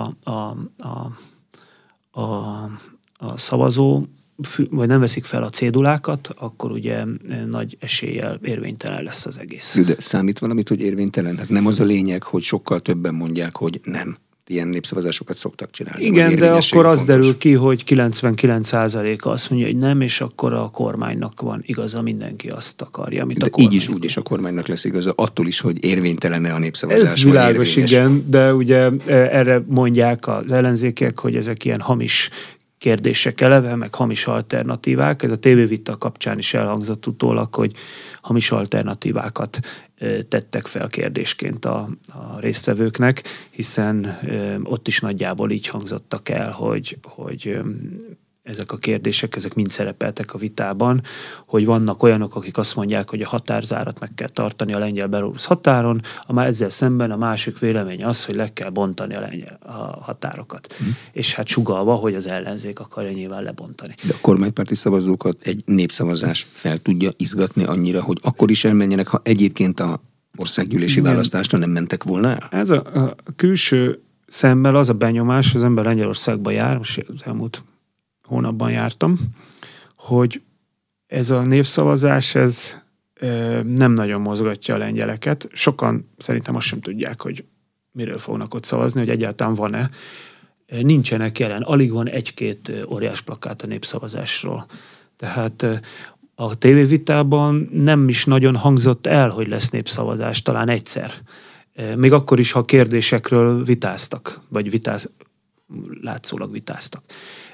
[SPEAKER 2] a szavazó, vagy nem veszik fel a cédulákat, akkor ugye nagy eséllyel érvénytelen lesz az egész.
[SPEAKER 1] De számít valamit, hogy érvénytelen? Hát nem az a lényeg, hogy sokkal többen mondják, hogy nem. Ilyen népszavazásokat szoktak csinálni.
[SPEAKER 2] Igen, de akkor az derül ki, hogy 99%-a azt mondja, hogy nem, és akkor a kormánynak van igaza, mindenki azt akarja, amit
[SPEAKER 1] de
[SPEAKER 2] a kormány.
[SPEAKER 1] így is úgy is a kormánynak lesz igaza, attól is, hogy érvénytelen-e a népszavazás.
[SPEAKER 2] Ez világos, igen, de ugye erre mondják az ellenzékek, hogy ezek ilyen hamis kérdések eleve, meg hamis alternatívák. Ez a tévévita kapcsán is elhangzott utólag, hogy hamis alternatívákat tettek fel kérdésként a résztvevőknek, hiszen ott is nagyjából így hangzottak el, hogy ezek a kérdések, ezek mind szerepeltek a vitában, hogy vannak olyanok, akik azt mondják, hogy a határzárat meg kell tartani a lengyel-belorusz határon, ezzel szemben a másik vélemény az, hogy le kell bontani a határokat. És hát sugallva, hogy az ellenzék akarja nyilván lebontani.
[SPEAKER 1] De a kormánypárti szavazókat egy népszavazás fel tudja izgatni annyira, hogy akkor is elmenjenek, ha egyébként a országgyűlési választásra nem mentek volna el?
[SPEAKER 2] Ez a külső szemmel az a benyomás, az ember Lengyelországba jár, most az elmúlt hónapban jártam, hogy ez a népszavazás, ez nem nagyon mozgatja a lengyeleket. Sokan szerintem azt sem tudják, hogy miről fognak ott szavazni, hogy egyáltalán van-e. Nincsenek jelen, alig van egy-két óriás plakát a népszavazásról. Tehát a tévévitában nem is nagyon hangzott el, hogy lesz népszavazás, talán egyszer. Még akkor is, ha kérdésekről vitáztak, vagy látszólag vitáztak.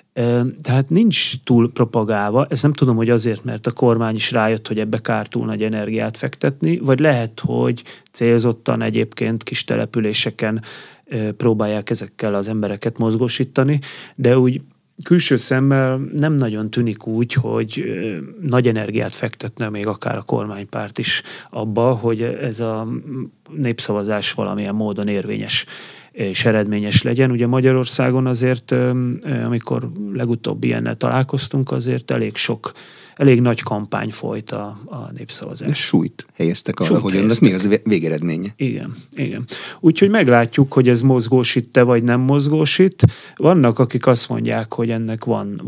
[SPEAKER 2] Tehát nincs túl propagálva, ezt nem tudom, hogy azért, mert a kormány is rájött, hogy ebbe kár túl nagy energiát fektetni, vagy lehet, hogy célzottan egyébként kis településeken próbálják ezekkel az embereket mozgósítani, de úgy külső szemmel nem nagyon tűnik úgy, hogy nagy energiát fektetne még akár a kormánypárt is abba, hogy ez a népszavazás valamilyen módon érvényes és eredményes legyen. Ugye Magyarországon azért, amikor legutóbb ilyennel találkoztunk, azért elég nagy kampány folyt a népszavazás.
[SPEAKER 1] De súlyt helyeztek arra, hogy ennek mi az végeredménye.
[SPEAKER 2] Igen. Úgyhogy meglátjuk, hogy ez mozgósít-e, vagy nem mozgósít. Vannak, akik azt mondják, hogy ennek van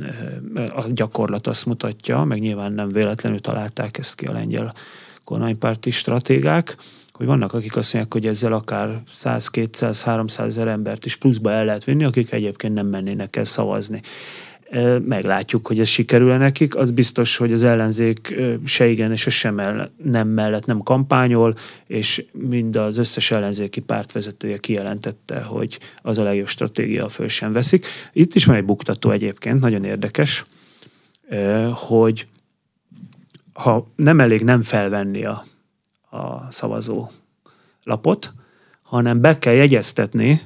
[SPEAKER 2] a gyakorlat azt mutatja, meg nyilván nem véletlenül találták ezt ki a lengyel kormánypárti stratégák, hogy vannak, akik azt mondják, hogy ezzel akár 100, 200, 300 ezer embert is pluszba el lehet vinni, akik egyébként nem mennének el szavazni. Meglátjuk, hogy ez sikerül nekik. Az biztos, hogy az ellenzék se igen és sem nem mellett nem kampányol, és mind az összes ellenzéki pártvezetője kijelentette, hogy az a legjobb stratégia, föl sem veszik. Itt is van egy buktató egyébként, nagyon érdekes, hogy ha nem elég nem felvenni a szavazó lapot, hanem be kell jegyeztetni,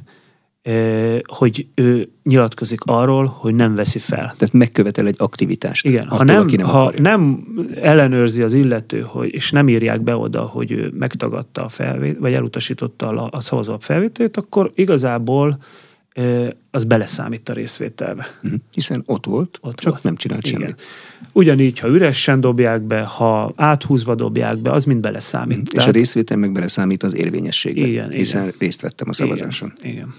[SPEAKER 2] hogy ő nyilatkozik arról, hogy nem veszi fel.
[SPEAKER 1] Tehát megkövetel egy aktivitást.
[SPEAKER 2] Igen, ha nem ellenőrzi az illető, és nem írják be oda, hogy ő megtagadta vagy elutasította a szavazólap felvételét, akkor igazából az beleszámít a részvételbe.
[SPEAKER 1] Hiszen ott volt, csak nem csinált semmit.
[SPEAKER 2] Ugyanígy, ha üresen dobják be, ha áthúzva dobják be, az mind beleszámít.
[SPEAKER 1] És a részvétel meg beleszámít az érvényességbe, hiszen részt vettem a szavazáson.
[SPEAKER 2] Igen.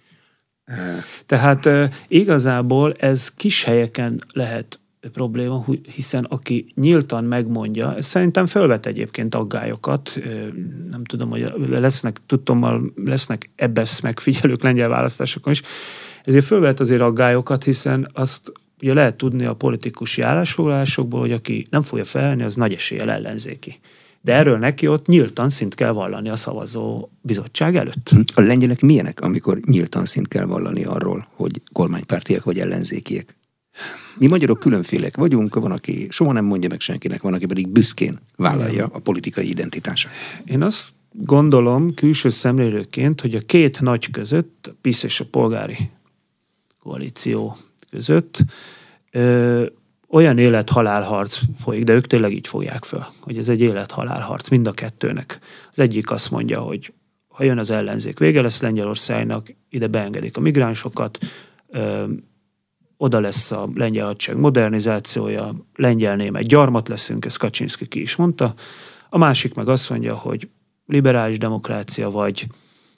[SPEAKER 2] Tehát igazából ez kis helyeken lehet probléma, hiszen aki nyíltan megmondja, szerintem fölvet egyébként aggályokat, nem tudom, hogy lesznek ebbesz megfigyelők lengyel választásokon is, ezért fölvet azért aggályokat, hiszen azt ugye lehet tudni a politikusi állásfoglalásokból, hogy aki nem fogja felelni, az nagy eséllyel ellenzéki. De erről neki ott nyíltan szint kell vallani a szavazó bizottság előtt.
[SPEAKER 1] A lengyelek milyenek, amikor nyíltan szint kell vallani arról, hogy kormánypártiak vagy ellenzékiek? Mi magyarok különfélek vagyunk, van, aki soha nem mondja meg senkinek, van, aki pedig büszkén vállalja a politikai identitását.
[SPEAKER 2] Én azt gondolom külső szemlélőként, hogy a két nagy között, a PiS és a polgári koalíció között olyan élet-halál harc folyik, de ők tényleg így fogják föl, hogy ez egy élet-halál harc mind a kettőnek. Az egyik azt mondja, hogy ha jön az ellenzék, vége lesz Lengyelországnak, ide beengedik a migránsokat, oda lesz a lengyel hadsereg modernizációja, lengyel-német gyarmat leszünk, ezt Kaczynszki ki is mondta. A másik meg azt mondja, hogy liberális demokrácia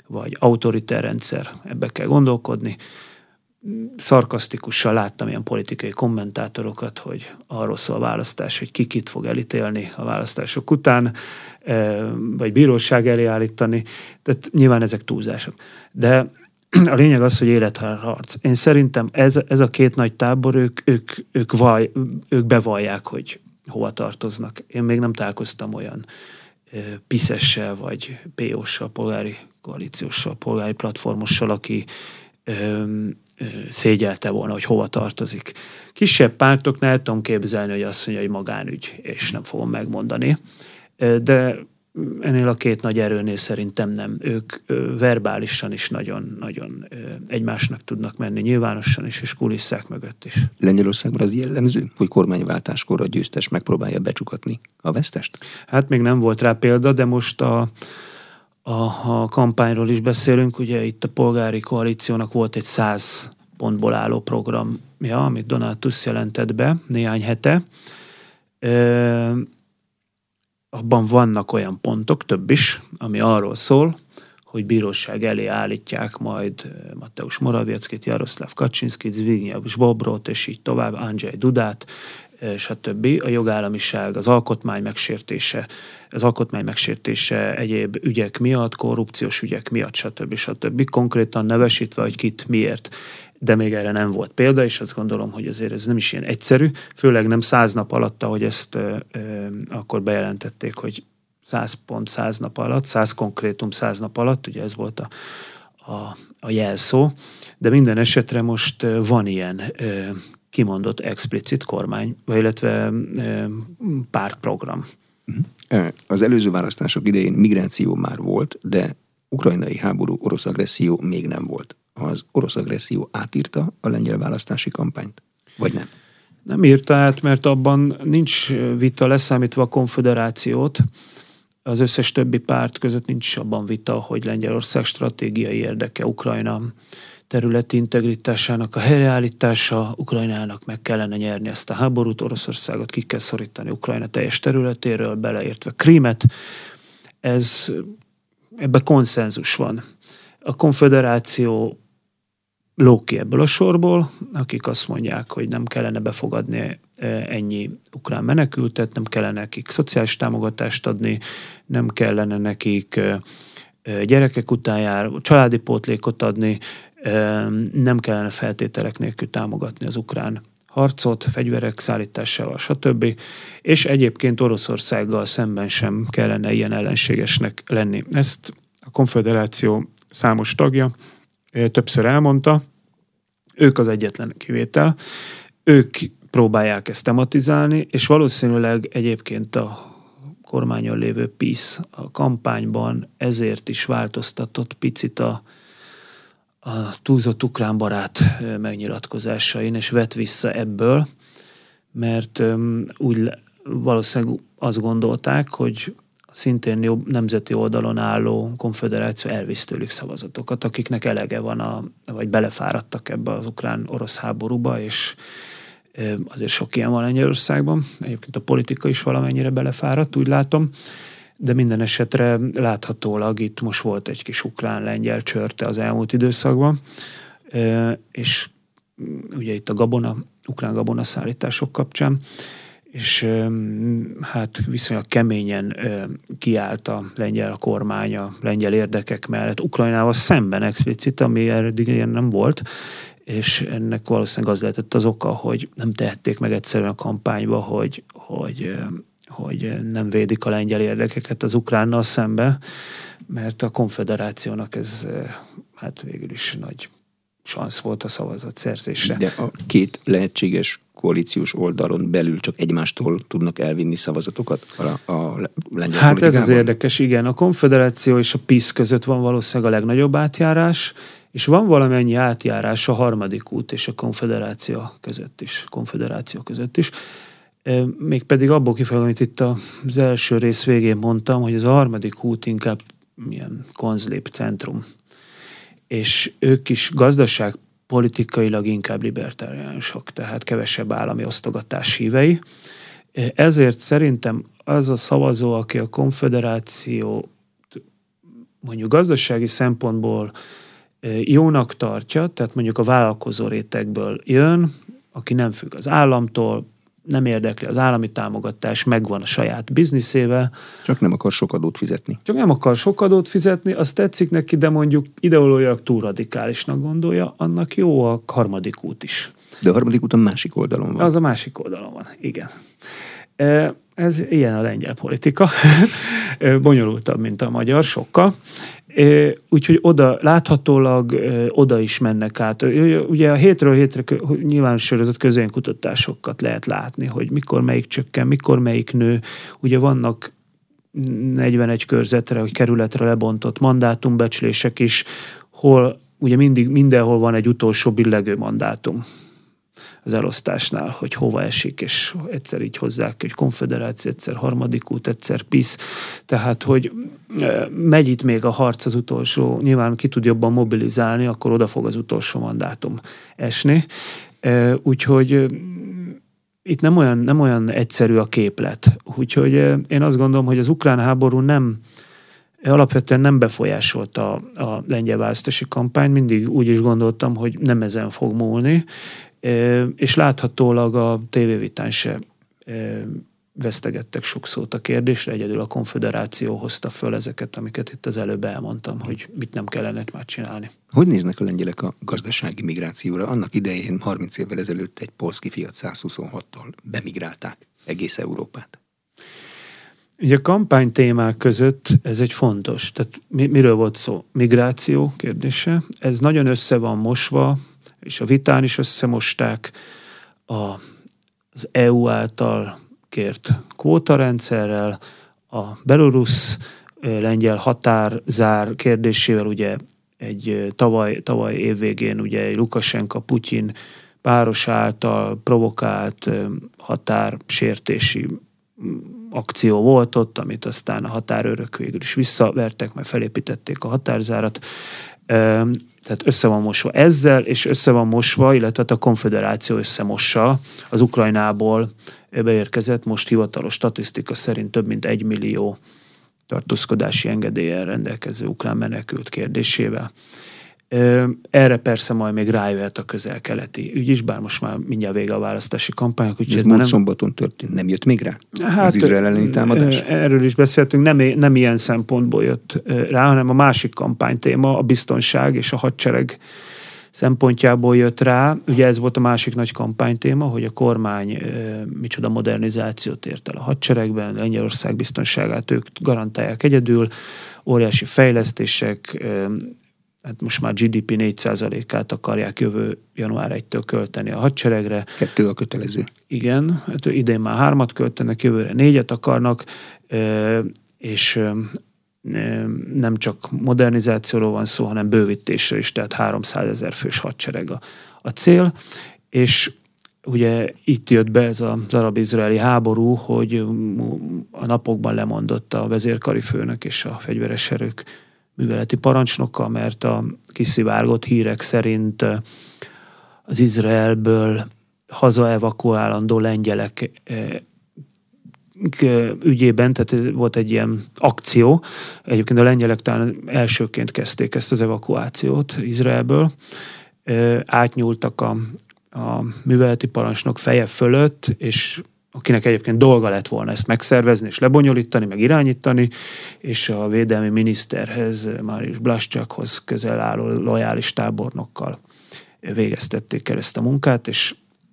[SPEAKER 2] vagy autoritár rendszer, ebbe kell gondolkodni. Szarkasztikusan láttam ilyen politikai kommentátorokat, hogy arról szól a választás, hogy ki kit fog elítélni a választások után, vagy bíróság elé állítani. Tehát nyilván ezek túlzások. De a lényeg az, hogy életharc. Én szerintem ez a két nagy tábor, ők bevallják, hogy hova tartoznak. Én még nem találkoztam olyan PISZ-essel, vagy PO-ssal, polgári koalícióssal, polgári platformossal, aki szégyelte volna, hogy hova tartozik. Kisebb pártoknál el tudom képzelni, hogy azt mondja, hogy magánügy, és nem fogom megmondani. De ennél a két nagy erőnél szerintem nem. Ők verbálisan is nagyon egymásnak tudnak menni, nyilvánosan is, és kulisszák mögött is.
[SPEAKER 1] Lengyelországban az jellemző, hogy kormányváltáskor a győztes megpróbálja becsukatni a vesztest?
[SPEAKER 2] Hát még nem volt rá példa, de most a kampányról is beszélünk, ugye itt a polgári koalíciónak volt egy 100 pontból álló programja, amit Donald Tusk jelentett be néhány hete. Abban vannak olyan pontok, több is, ami arról szól, hogy bíróság elé állítják majd Mateusz Morawieckit, Jaroszláv Kaczynszkit, Zbigniew Zsobrot, és így tovább, Andrzej Dudát, stb. A jogállamiság, az alkotmány megsértése egyéb ügyek miatt, korrupciós ügyek miatt, stb. Konkrétan nevesítve, hogy kit miért. De még erre nem volt példa, és azt gondolom, hogy azért ez nem is ilyen egyszerű, főleg nem 100 nap alatt, ahogy ezt akkor bejelentették, hogy 100 pont 100 nap alatt, 100 konkrétum 100 nap alatt, ugye ez volt a jelszó, de minden esetre most van ilyen kimondott explicit kormány, illetve pártprogram.
[SPEAKER 1] Az előző választások idején migráció már volt, de ukrajnai háború, orosz agresszió még nem volt. Az orosz agresszió átírta a lengyel választási kampányt? Vagy nem?
[SPEAKER 2] Nem írta át, mert abban nincs vita, leszámítva a konföderációt. Az összes többi párt között nincs abban vita, hogy Lengyelország stratégiai érdeke Ukrajna területi integritásának a helyreállítása, Ukrajnának meg kellene nyerni ezt a háborút, Oroszországot ki kell szorítani Ukrajna teljes területéről, beleértve Krímet. Ebben konszenzus van. A konföderáció lóg ki ebből a sorból, akik azt mondják, hogy nem kellene befogadni ennyi ukrán menekültet, nem kellene nekik szociális támogatást adni, nem kellene nekik gyerekek után jár, családi pótlékot adni, nem kellene feltételek nélkül támogatni az ukrán harcot, fegyverek szállításával, stb. És egyébként Oroszországgal szemben sem kellene ilyen ellenségesnek lenni. Ezt a konföderáció számos tagja többször elmondta, ők az egyetlen kivétel, ők próbálják ezt tematizálni, és valószínűleg egyébként a kormányon lévő PiS a kampányban ezért is változtatott picit a túlzott ukránbarát megnyilatkozásain, és vett vissza ebből, mert úgy valószínűleg azt gondolták, hogy szintén jobb nemzeti oldalon álló konföderáció elvisz tőlük szavazatokat, akiknek elege van, vagy belefáradtak ebbe az ukrán-orosz háborúba, és azért sok ilyen van Lengyelországban. Egyébként a politika is valamennyire belefáradt, úgy látom, de minden esetre láthatólag itt most volt egy kis ukrán-lengyel csörte az elmúlt időszakban, és ugye itt a ukrán gabonaszállítások kapcsán, és hát viszonylag keményen kiállt a lengyel kormány a lengyel érdekek mellett, Ukrajnával szemben explicit, ami eddig ilyen nem volt, és ennek valószínűleg az lehetett az oka, hogy nem tehették meg egyszerűen a kampányba, hogy nem védik a lengyel érdekeket az ukránnal szembe, mert a konföderációnak ez hát végül is nagy szansz volt a szavazatszerzésre.
[SPEAKER 1] De a két lehetséges koalíciós oldalon belül csak egymástól tudnak elvinni szavazatokat a lengyel politikában?
[SPEAKER 2] Hát ez az érdekes, igen. A konföderáció és a PiS között van valószínűleg a legnagyobb átjárás, és van valamennyi átjárás a harmadik út és a konföderáció között is. Mégpedig abból kifolyólag, amit itt az első rész végén mondtam, hogy az a harmadik út inkább milyen konzlép centrum. És ők is gazdaságpolitikailag inkább libertáriánusok, tehát kevesebb állami osztogatás hívei. Ezért szerintem az a szavazó, aki a konföderáció mondjuk gazdasági szempontból jónak tartja, tehát mondjuk a vállalkozó rétegből jön, aki nem függ az államtól, nem érdekli az állami támogatás, megvan a saját bizniszével.
[SPEAKER 1] Csak nem akar sok adót fizetni.
[SPEAKER 2] Csak nem akar sok adót fizetni, azt tetszik neki, de mondjuk ideológiailag túl radikálisnak gondolja, annak jó a harmadik út is.
[SPEAKER 1] De a harmadik út a másik oldalon van.
[SPEAKER 2] Az a másik oldalon van, igen. Ez ilyen a lengyel politika. Bonyolultabb, mint a magyar, sokkal. Úgyhogy oda láthatólag oda is mennek át. Ugye a hétről hétre nyilvánosított közönkutatásokat lehet látni, hogy mikor melyik csökken, mikor melyik nő. Ugye vannak 41 körzetre, vagy kerületre lebontott mandátumbecslések is, hol ugye mindenhol van egy utolsó billegő mandátum az elosztásnál, hogy hova esik, és egyszer így hozzák, hogy konfederáció, egyszer harmadik út, egyszer PiS. Tehát, hogy megy itt még a harc az utolsó, nyilván ki tud jobban mobilizálni, akkor oda fog az utolsó mandátum esni. Úgyhogy itt nem olyan egyszerű a képlet. Úgyhogy én azt gondolom, hogy az ukrán háború alapvetően nem befolyásolta a lengyel választási kampányt, mindig úgy is gondoltam, hogy nem ezen fog múlni, és láthatólag a tévévitán se vesztegettek sok szót a kérdésre, egyedül a konföderáció hozta föl ezeket, amiket itt az előbb elmondtam, hogy mit nem kellene már csinálni.
[SPEAKER 1] Hogy néznek a lengyelek a gazdasági migrációra? Annak idején 30 évvel ezelőtt egy polszki Fiat 126-tól bemigrálták egész Európát.
[SPEAKER 2] Ugye a kampánytémák között ez egy fontos. Tehát miről volt szó? Migráció kérdése. Ez nagyon össze van mosva, és a vitán is összemosták az EU által kért kvótarendszerrel, a belorusz-lengyel határzár kérdésével, ugye egy tavaly évvégén ugye egy Lukasenka-Putyin páros által provokált határsértési akció volt ott, amit aztán a határőrök végül is visszavertek, majd felépítették a határzárat. Tehát össze van mosva ezzel, és össze van mosva, illetve a konföderáció összemossa az Ukrajnából beérkezett, most hivatalos statisztika szerint több mint 1 millió tartózkodási engedéllyel rendelkező ukrán menekült kérdésével. Erre persze majd még rájöhet a közel-keleti ügy is, bár most már mindjárt vége a választási kampányok.
[SPEAKER 1] Ez múlt szombaton történt. Nem jött még rá? Az Izrael elleni támadás?
[SPEAKER 2] Erről is beszéltünk, nem ilyen szempontból jött rá, hanem a másik kampánytéma, a biztonság és a hadsereg szempontjából jött rá. Ugye ez volt a másik nagy kampánytéma, hogy a kormány micsoda modernizációt ért el a hadseregben, Lengyelország biztonságát ők garantálják egyedül, óriási fejlesztések, hát most már GDP 4%-át akarják jövő január 1-től költeni a hadseregre.
[SPEAKER 1] 2 a kötelező.
[SPEAKER 2] Igen, hát idén már 3-at költenek, jövőre 4-et akarnak, és nem csak modernizációról van szó, hanem bővítésről is, tehát 300 000 fős hadsereg a cél, és ugye itt jött be ez az arab-izraeli háború, hogy a napokban lemondott a vezérkari főnök és a fegyveres erők műveleti parancsnoka, mert a kiszivárgott hírek szerint az Izraelből hazaevakuálandó lengyelek ügyében, tehát volt egy ilyen akció. Egyébként a lengyelek talán elsőként kezdték ezt az evakuációt Izraelből. Átnyúltak a műveleti parancsnok feje fölött, és akinek egyébként dolga lett volna ezt megszervezni és lebonyolítani, meg irányítani, és a védelmi miniszterhez, Mariusz Blaszczakhoz közel álló lojális tábornokkal végeztették el ezt a munkát, és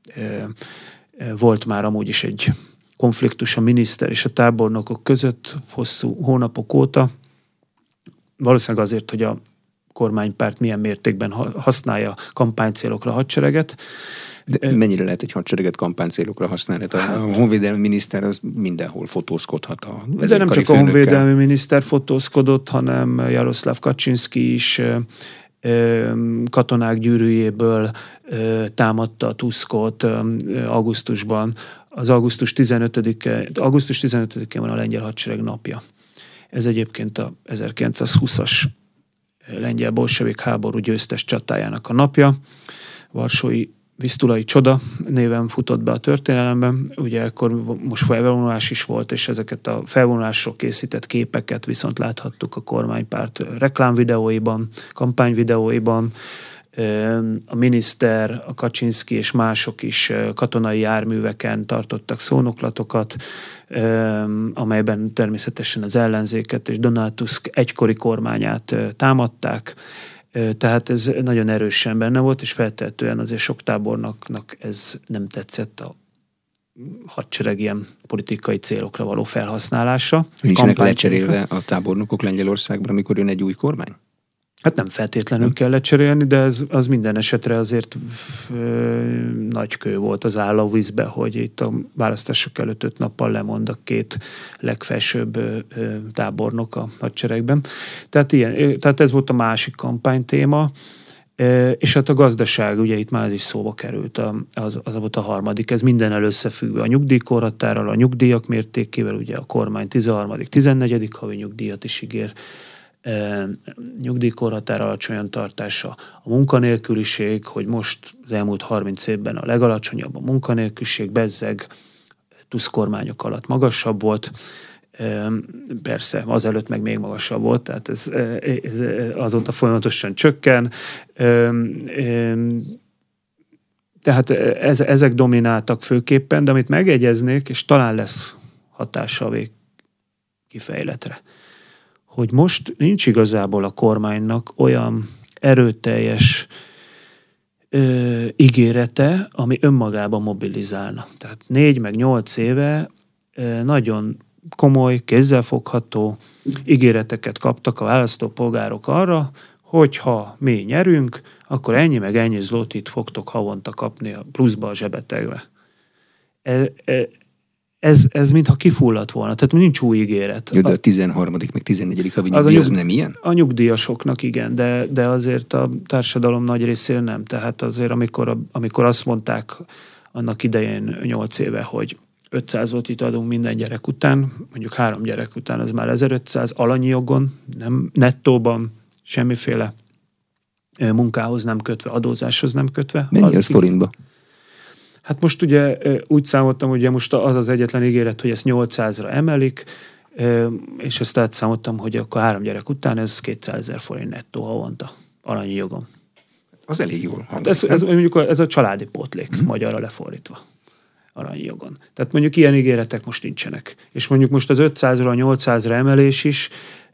[SPEAKER 2] volt már amúgy is egy konfliktus a miniszter és a tábornokok között hosszú hónapok óta. Valószínűleg azért, hogy a kormánypárt milyen mértékben használja kampánycélokra a hadsereget.
[SPEAKER 1] De mennyire lehet egy hadsereget kampánycélokra használni? A honvédelmi miniszter az mindenhol fotózkodhat a vezérkari
[SPEAKER 2] De nem csak
[SPEAKER 1] főnökkel.
[SPEAKER 2] a honvédelmi miniszter fotózkodott, hanem Jaroszláv Kaczynszki is katonák gyűrűjéből támadta a Tuskot augusztusban. Az augusztus 15-én van a lengyel hadsereg napja. Ez egyébként a 1920-as lengyel bolsevik háború győztes csatájának a napja. Varsói Visztulai csoda néven futott be a történelemben. Ugye akkor most felvonulás is volt, és ezeket a felvonulásról készített képeket viszont láthattuk a kormánypárt reklámvideóiban, kampányvideóiban. A miniszter, a Kaczynszki és mások is katonai járműveken tartottak szónoklatokat, amelyben természetesen az ellenzéket és Donald Tusk egykori kormányát támadták. Tehát ez nagyon erősen benne volt, és feltehetően azért sok tábornoknak ez nem tetszett, a hadsereg ilyen politikai célokra való felhasználása.
[SPEAKER 1] Nincsenek lecserélve a tábornokok Lengyelországban, amikor jön egy új kormány?
[SPEAKER 2] Hát nem feltétlenül kell lecserélni, de az minden esetre azért nagy kő volt az állóvízbe, hogy itt a választások előtt 5 nappal lemond a 2 legfelsőbb tábornok a hadseregben. Tehát ez volt a másik kampánytéma, és hát a gazdaság, ugye itt már ez is szóba került, az volt a harmadik, ez mindennel összefüggve a nyugdíjkorhatárral, a nyugdíjak mértékével, ugye a kormány 13., 14. havi nyugdíjat is ígér, nyugdíjkorhatár alacsonyan tartása, a munkanélküliség, hogy most az elmúlt 30 évben a legalacsonyabb a munkanélküliség, bezzeg Tusk kormányok alatt magasabb volt, persze azelőtt meg még magasabb volt, tehát ez azóta folyamatosan csökken. Tehát ezek domináltak főképpen, de amit megjegyeznék, és talán lesz hatása a végkifejletre, hogy most nincs igazából a kormánynak olyan erőteljes ígérete, ami önmagában mobilizálna. Tehát 4 meg 8 éve nagyon komoly, kézzelfogható ígéreteket kaptak a választópolgárok arra, hogy ha mi nyerünk, akkor ennyi meg ennyi zlotit fogtok havonta kapni a pluszba a zsebetekbe. Ez mintha kifulladt volna, tehát nincs új ígéret.
[SPEAKER 1] Jó, de a 13. meg 14. havi nyugdíj az nem ilyen?
[SPEAKER 2] A nyugdíjasoknak igen, de azért a társadalom nagy részére nem. Tehát azért amikor azt mondták annak idején 8 éve, hogy 500 zlotit adunk minden gyerek után, mondjuk 3 gyerek után, az már 1500 alanyi jogon, nem nettóban, semmiféle munkához nem kötve, adózáshoz nem kötve.
[SPEAKER 1] Mennyi az forintba?
[SPEAKER 2] Hát most ugye úgy számoltam, hogy most az egyetlen ígéret, hogy ezt 800-ra emelik, és ezt átszámoltam, hogy akkor 3 gyerek után ez 200 000 forint nettó havonta alanyi jogon.
[SPEAKER 1] Az elég jól hangzik.
[SPEAKER 2] Ez a családi pótlék, magyarra lefordítva alanyi jogon. Tehát mondjuk ilyen ígéretek most nincsenek. És mondjuk most az 500-ra, a 800-ra emelés is,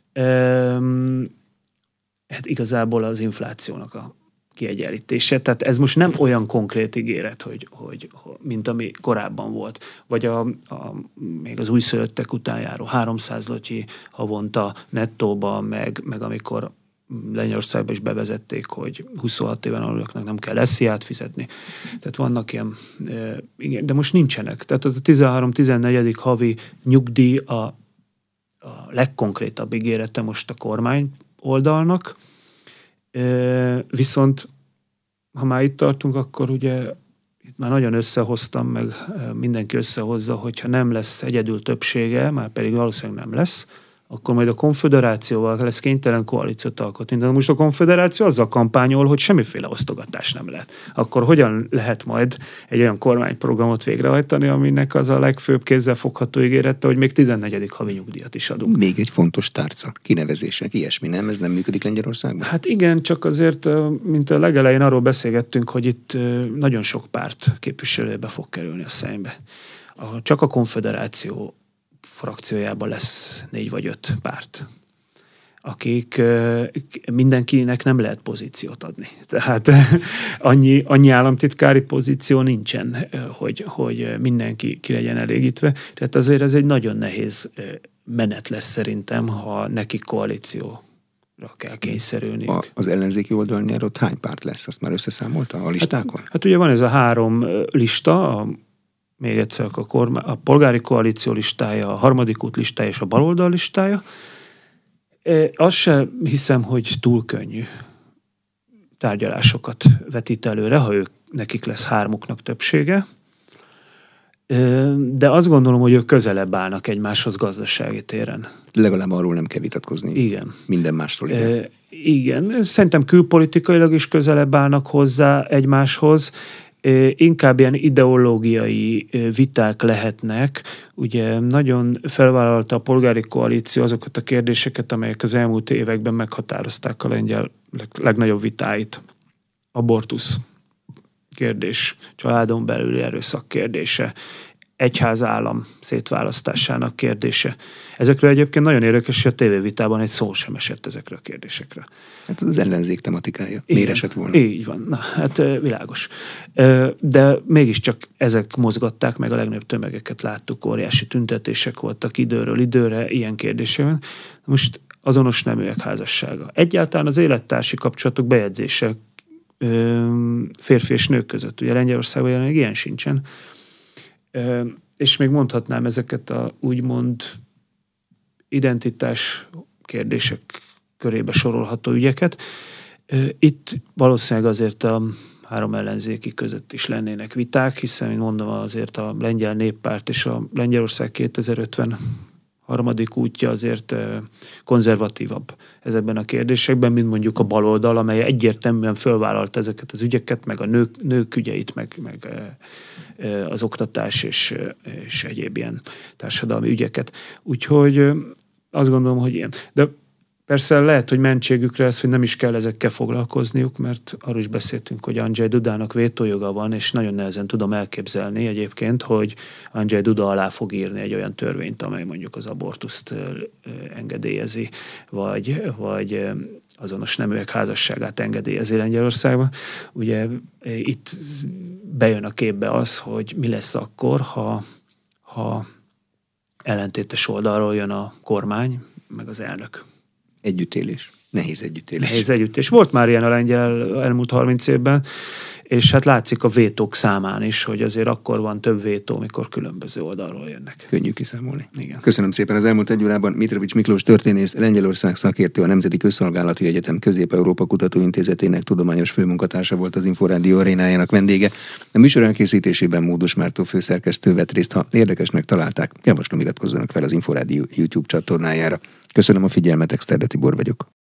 [SPEAKER 2] hát igazából az inflációnak a kiegyenlítése. Tehát ez most nem olyan konkrét ígéret, hogy mint ami korábban volt. Vagy még az újszülöttek után járó 300 zloty havonta nettóba, meg amikor Lengyelországban is bevezették, hogy 26 éven aluljaknak nem kell SZIA-t fizetni. Tehát vannak ilyen, de most nincsenek. Tehát a 13-14. havi nyugdíj a legkonkrétabb ígérete most a kormány oldalnak. Viszont ha már itt tartunk, akkor ugye itt már nagyon összehoztam, meg mindenki összehozza, hogyha nem lesz egyedül többsége, már pedig valószínűleg nem lesz, akkor majd a konföderációval lesz kénytelen koalíciót alkotni. De most a konföderáció azzal kampányol, hogy semmiféle osztogatás nem lehet. Akkor hogyan lehet majd egy olyan kormányprogramot végrehajtani, aminek az a legfőbb kézzelfogható ígérete, hogy még 14. havi nyugdíjat is adunk.
[SPEAKER 1] Még egy fontos tárca, kinevezések, ilyesmi nem? Ez nem működik Lengyelországban? Hát
[SPEAKER 2] igen, csak azért, mint a legelején arról beszélgettünk, hogy itt nagyon sok párt képviselőbe fog kerülni a Szejmbe. Csak a konföderáció frakciójában lesz 4 vagy 5 párt, akik mindenkinek nem lehet pozíciót adni. Tehát annyi államtitkári pozíció nincsen, hogy mindenki ki legyen elégítve. Tehát azért ez egy nagyon nehéz menet lesz szerintem, ha neki koalícióra kell kényszerülniük.
[SPEAKER 1] Az ellenzéki oldalon ott hány párt lesz? Azt már összeszámolta a listákon?
[SPEAKER 2] Hát ugye van ez a 3 lista, még egyszer a polgári koalíció listája, a harmadik út listája és a baloldal listája. Azt sem hiszem, hogy túl könnyű tárgyalásokat vetít előre, ha nekik lesz 3-uknak többsége. De azt gondolom, hogy ők közelebb állnak egymáshoz gazdasági téren.
[SPEAKER 1] Legalább arról nem kell vitatkozni.
[SPEAKER 2] Igen.
[SPEAKER 1] Minden másról igen.
[SPEAKER 2] Igen. Szerintem külpolitikailag is közelebb állnak hozzá egymáshoz, inkább ilyen ideológiai viták lehetnek. Ugye nagyon felvállalta a polgári koalíció azokat a kérdéseket, amelyek az elmúlt években meghatározták a lengyel legnagyobb vitáit. Abortusz kérdés, családon belüli erőszak kérdése, egyház-állam szétválasztásának kérdése. Ezekről egyébként nagyon érdekes, hogy a tévévitában egy szó sem esett ezekre a kérdésekre.
[SPEAKER 1] Hát az ellenzék tematikája. Miért esett volna?
[SPEAKER 2] Így van. Na, hát világos. De mégiscsak ezek mozgatták meg a legnagyobb tömegeket, láttuk, óriási tüntetések voltak időről időre ilyen kérdésében. Most azonos neműek házassága. Egyáltalán az élettársi kapcsolatok bejegyzése férfi és nők között. Ugye Lengyelországban jelenleg ilyen sincsen. És még mondhatnám ezeket a úgymond identitás kérdések körébe sorolható ügyeket. Itt valószínűleg azért a három ellenzéki között is lennének viták, hiszen, mint mondom, azért a Lengyel Néppárt és a Lengyelország 2050 harmadik útja azért konzervatívabb ezekben a kérdésekben, mint mondjuk a baloldal, amely egyértelműen fölvállalta ezeket az ügyeket, meg a nők ügyeit, meg az oktatás és egyéb ilyen társadalmi ügyeket. Úgyhogy azt gondolom, hogy ilyen. De persze lehet, hogy mentségükre ez, hogy nem is kell ezekkel foglalkozniuk, mert arról is beszéltünk, hogy Andrzej Dudának vétójoga van, és nagyon nehezen tudom elképzelni egyébként, hogy Andrzej Duda alá fog írni egy olyan törvényt, amely mondjuk az abortuszt engedélyezi, vagy azonos neműek házasságát engedélyezi Lengyelországban. Ugye itt bejön a képbe az, hogy mi lesz akkor, ha ellentétes oldalról jön a kormány, meg az elnök.
[SPEAKER 1] Együttélés. Nehéz együttélés.
[SPEAKER 2] Nehéz együttélés. Volt már ilyen a lengyel elmúlt 30 évben, és hát látszik a vétók számán is, hogy azért akkor van több vétó, amikor különböző oldalról jönnek.
[SPEAKER 1] Könnyű kiszámolni.
[SPEAKER 2] Igen.
[SPEAKER 1] Köszönöm szépen. Az elmúlt egy órában Mitrovics Miklós történész, Lengyelország szakértő, a Nemzeti Közszolgálati Egyetem Közép-Európa Kutatóintézetének tudományos főmunkatársa volt az Inforádió arénájának vendége. A műsor elkészítésében Módos Márton főszerkesztő vett részt. Ha érdekesnek találták, javaslom, iratkozzanak fel az Inforádió YouTube csatornájára. Köszönöm a figyelmet, Exterde Tibor vagyok.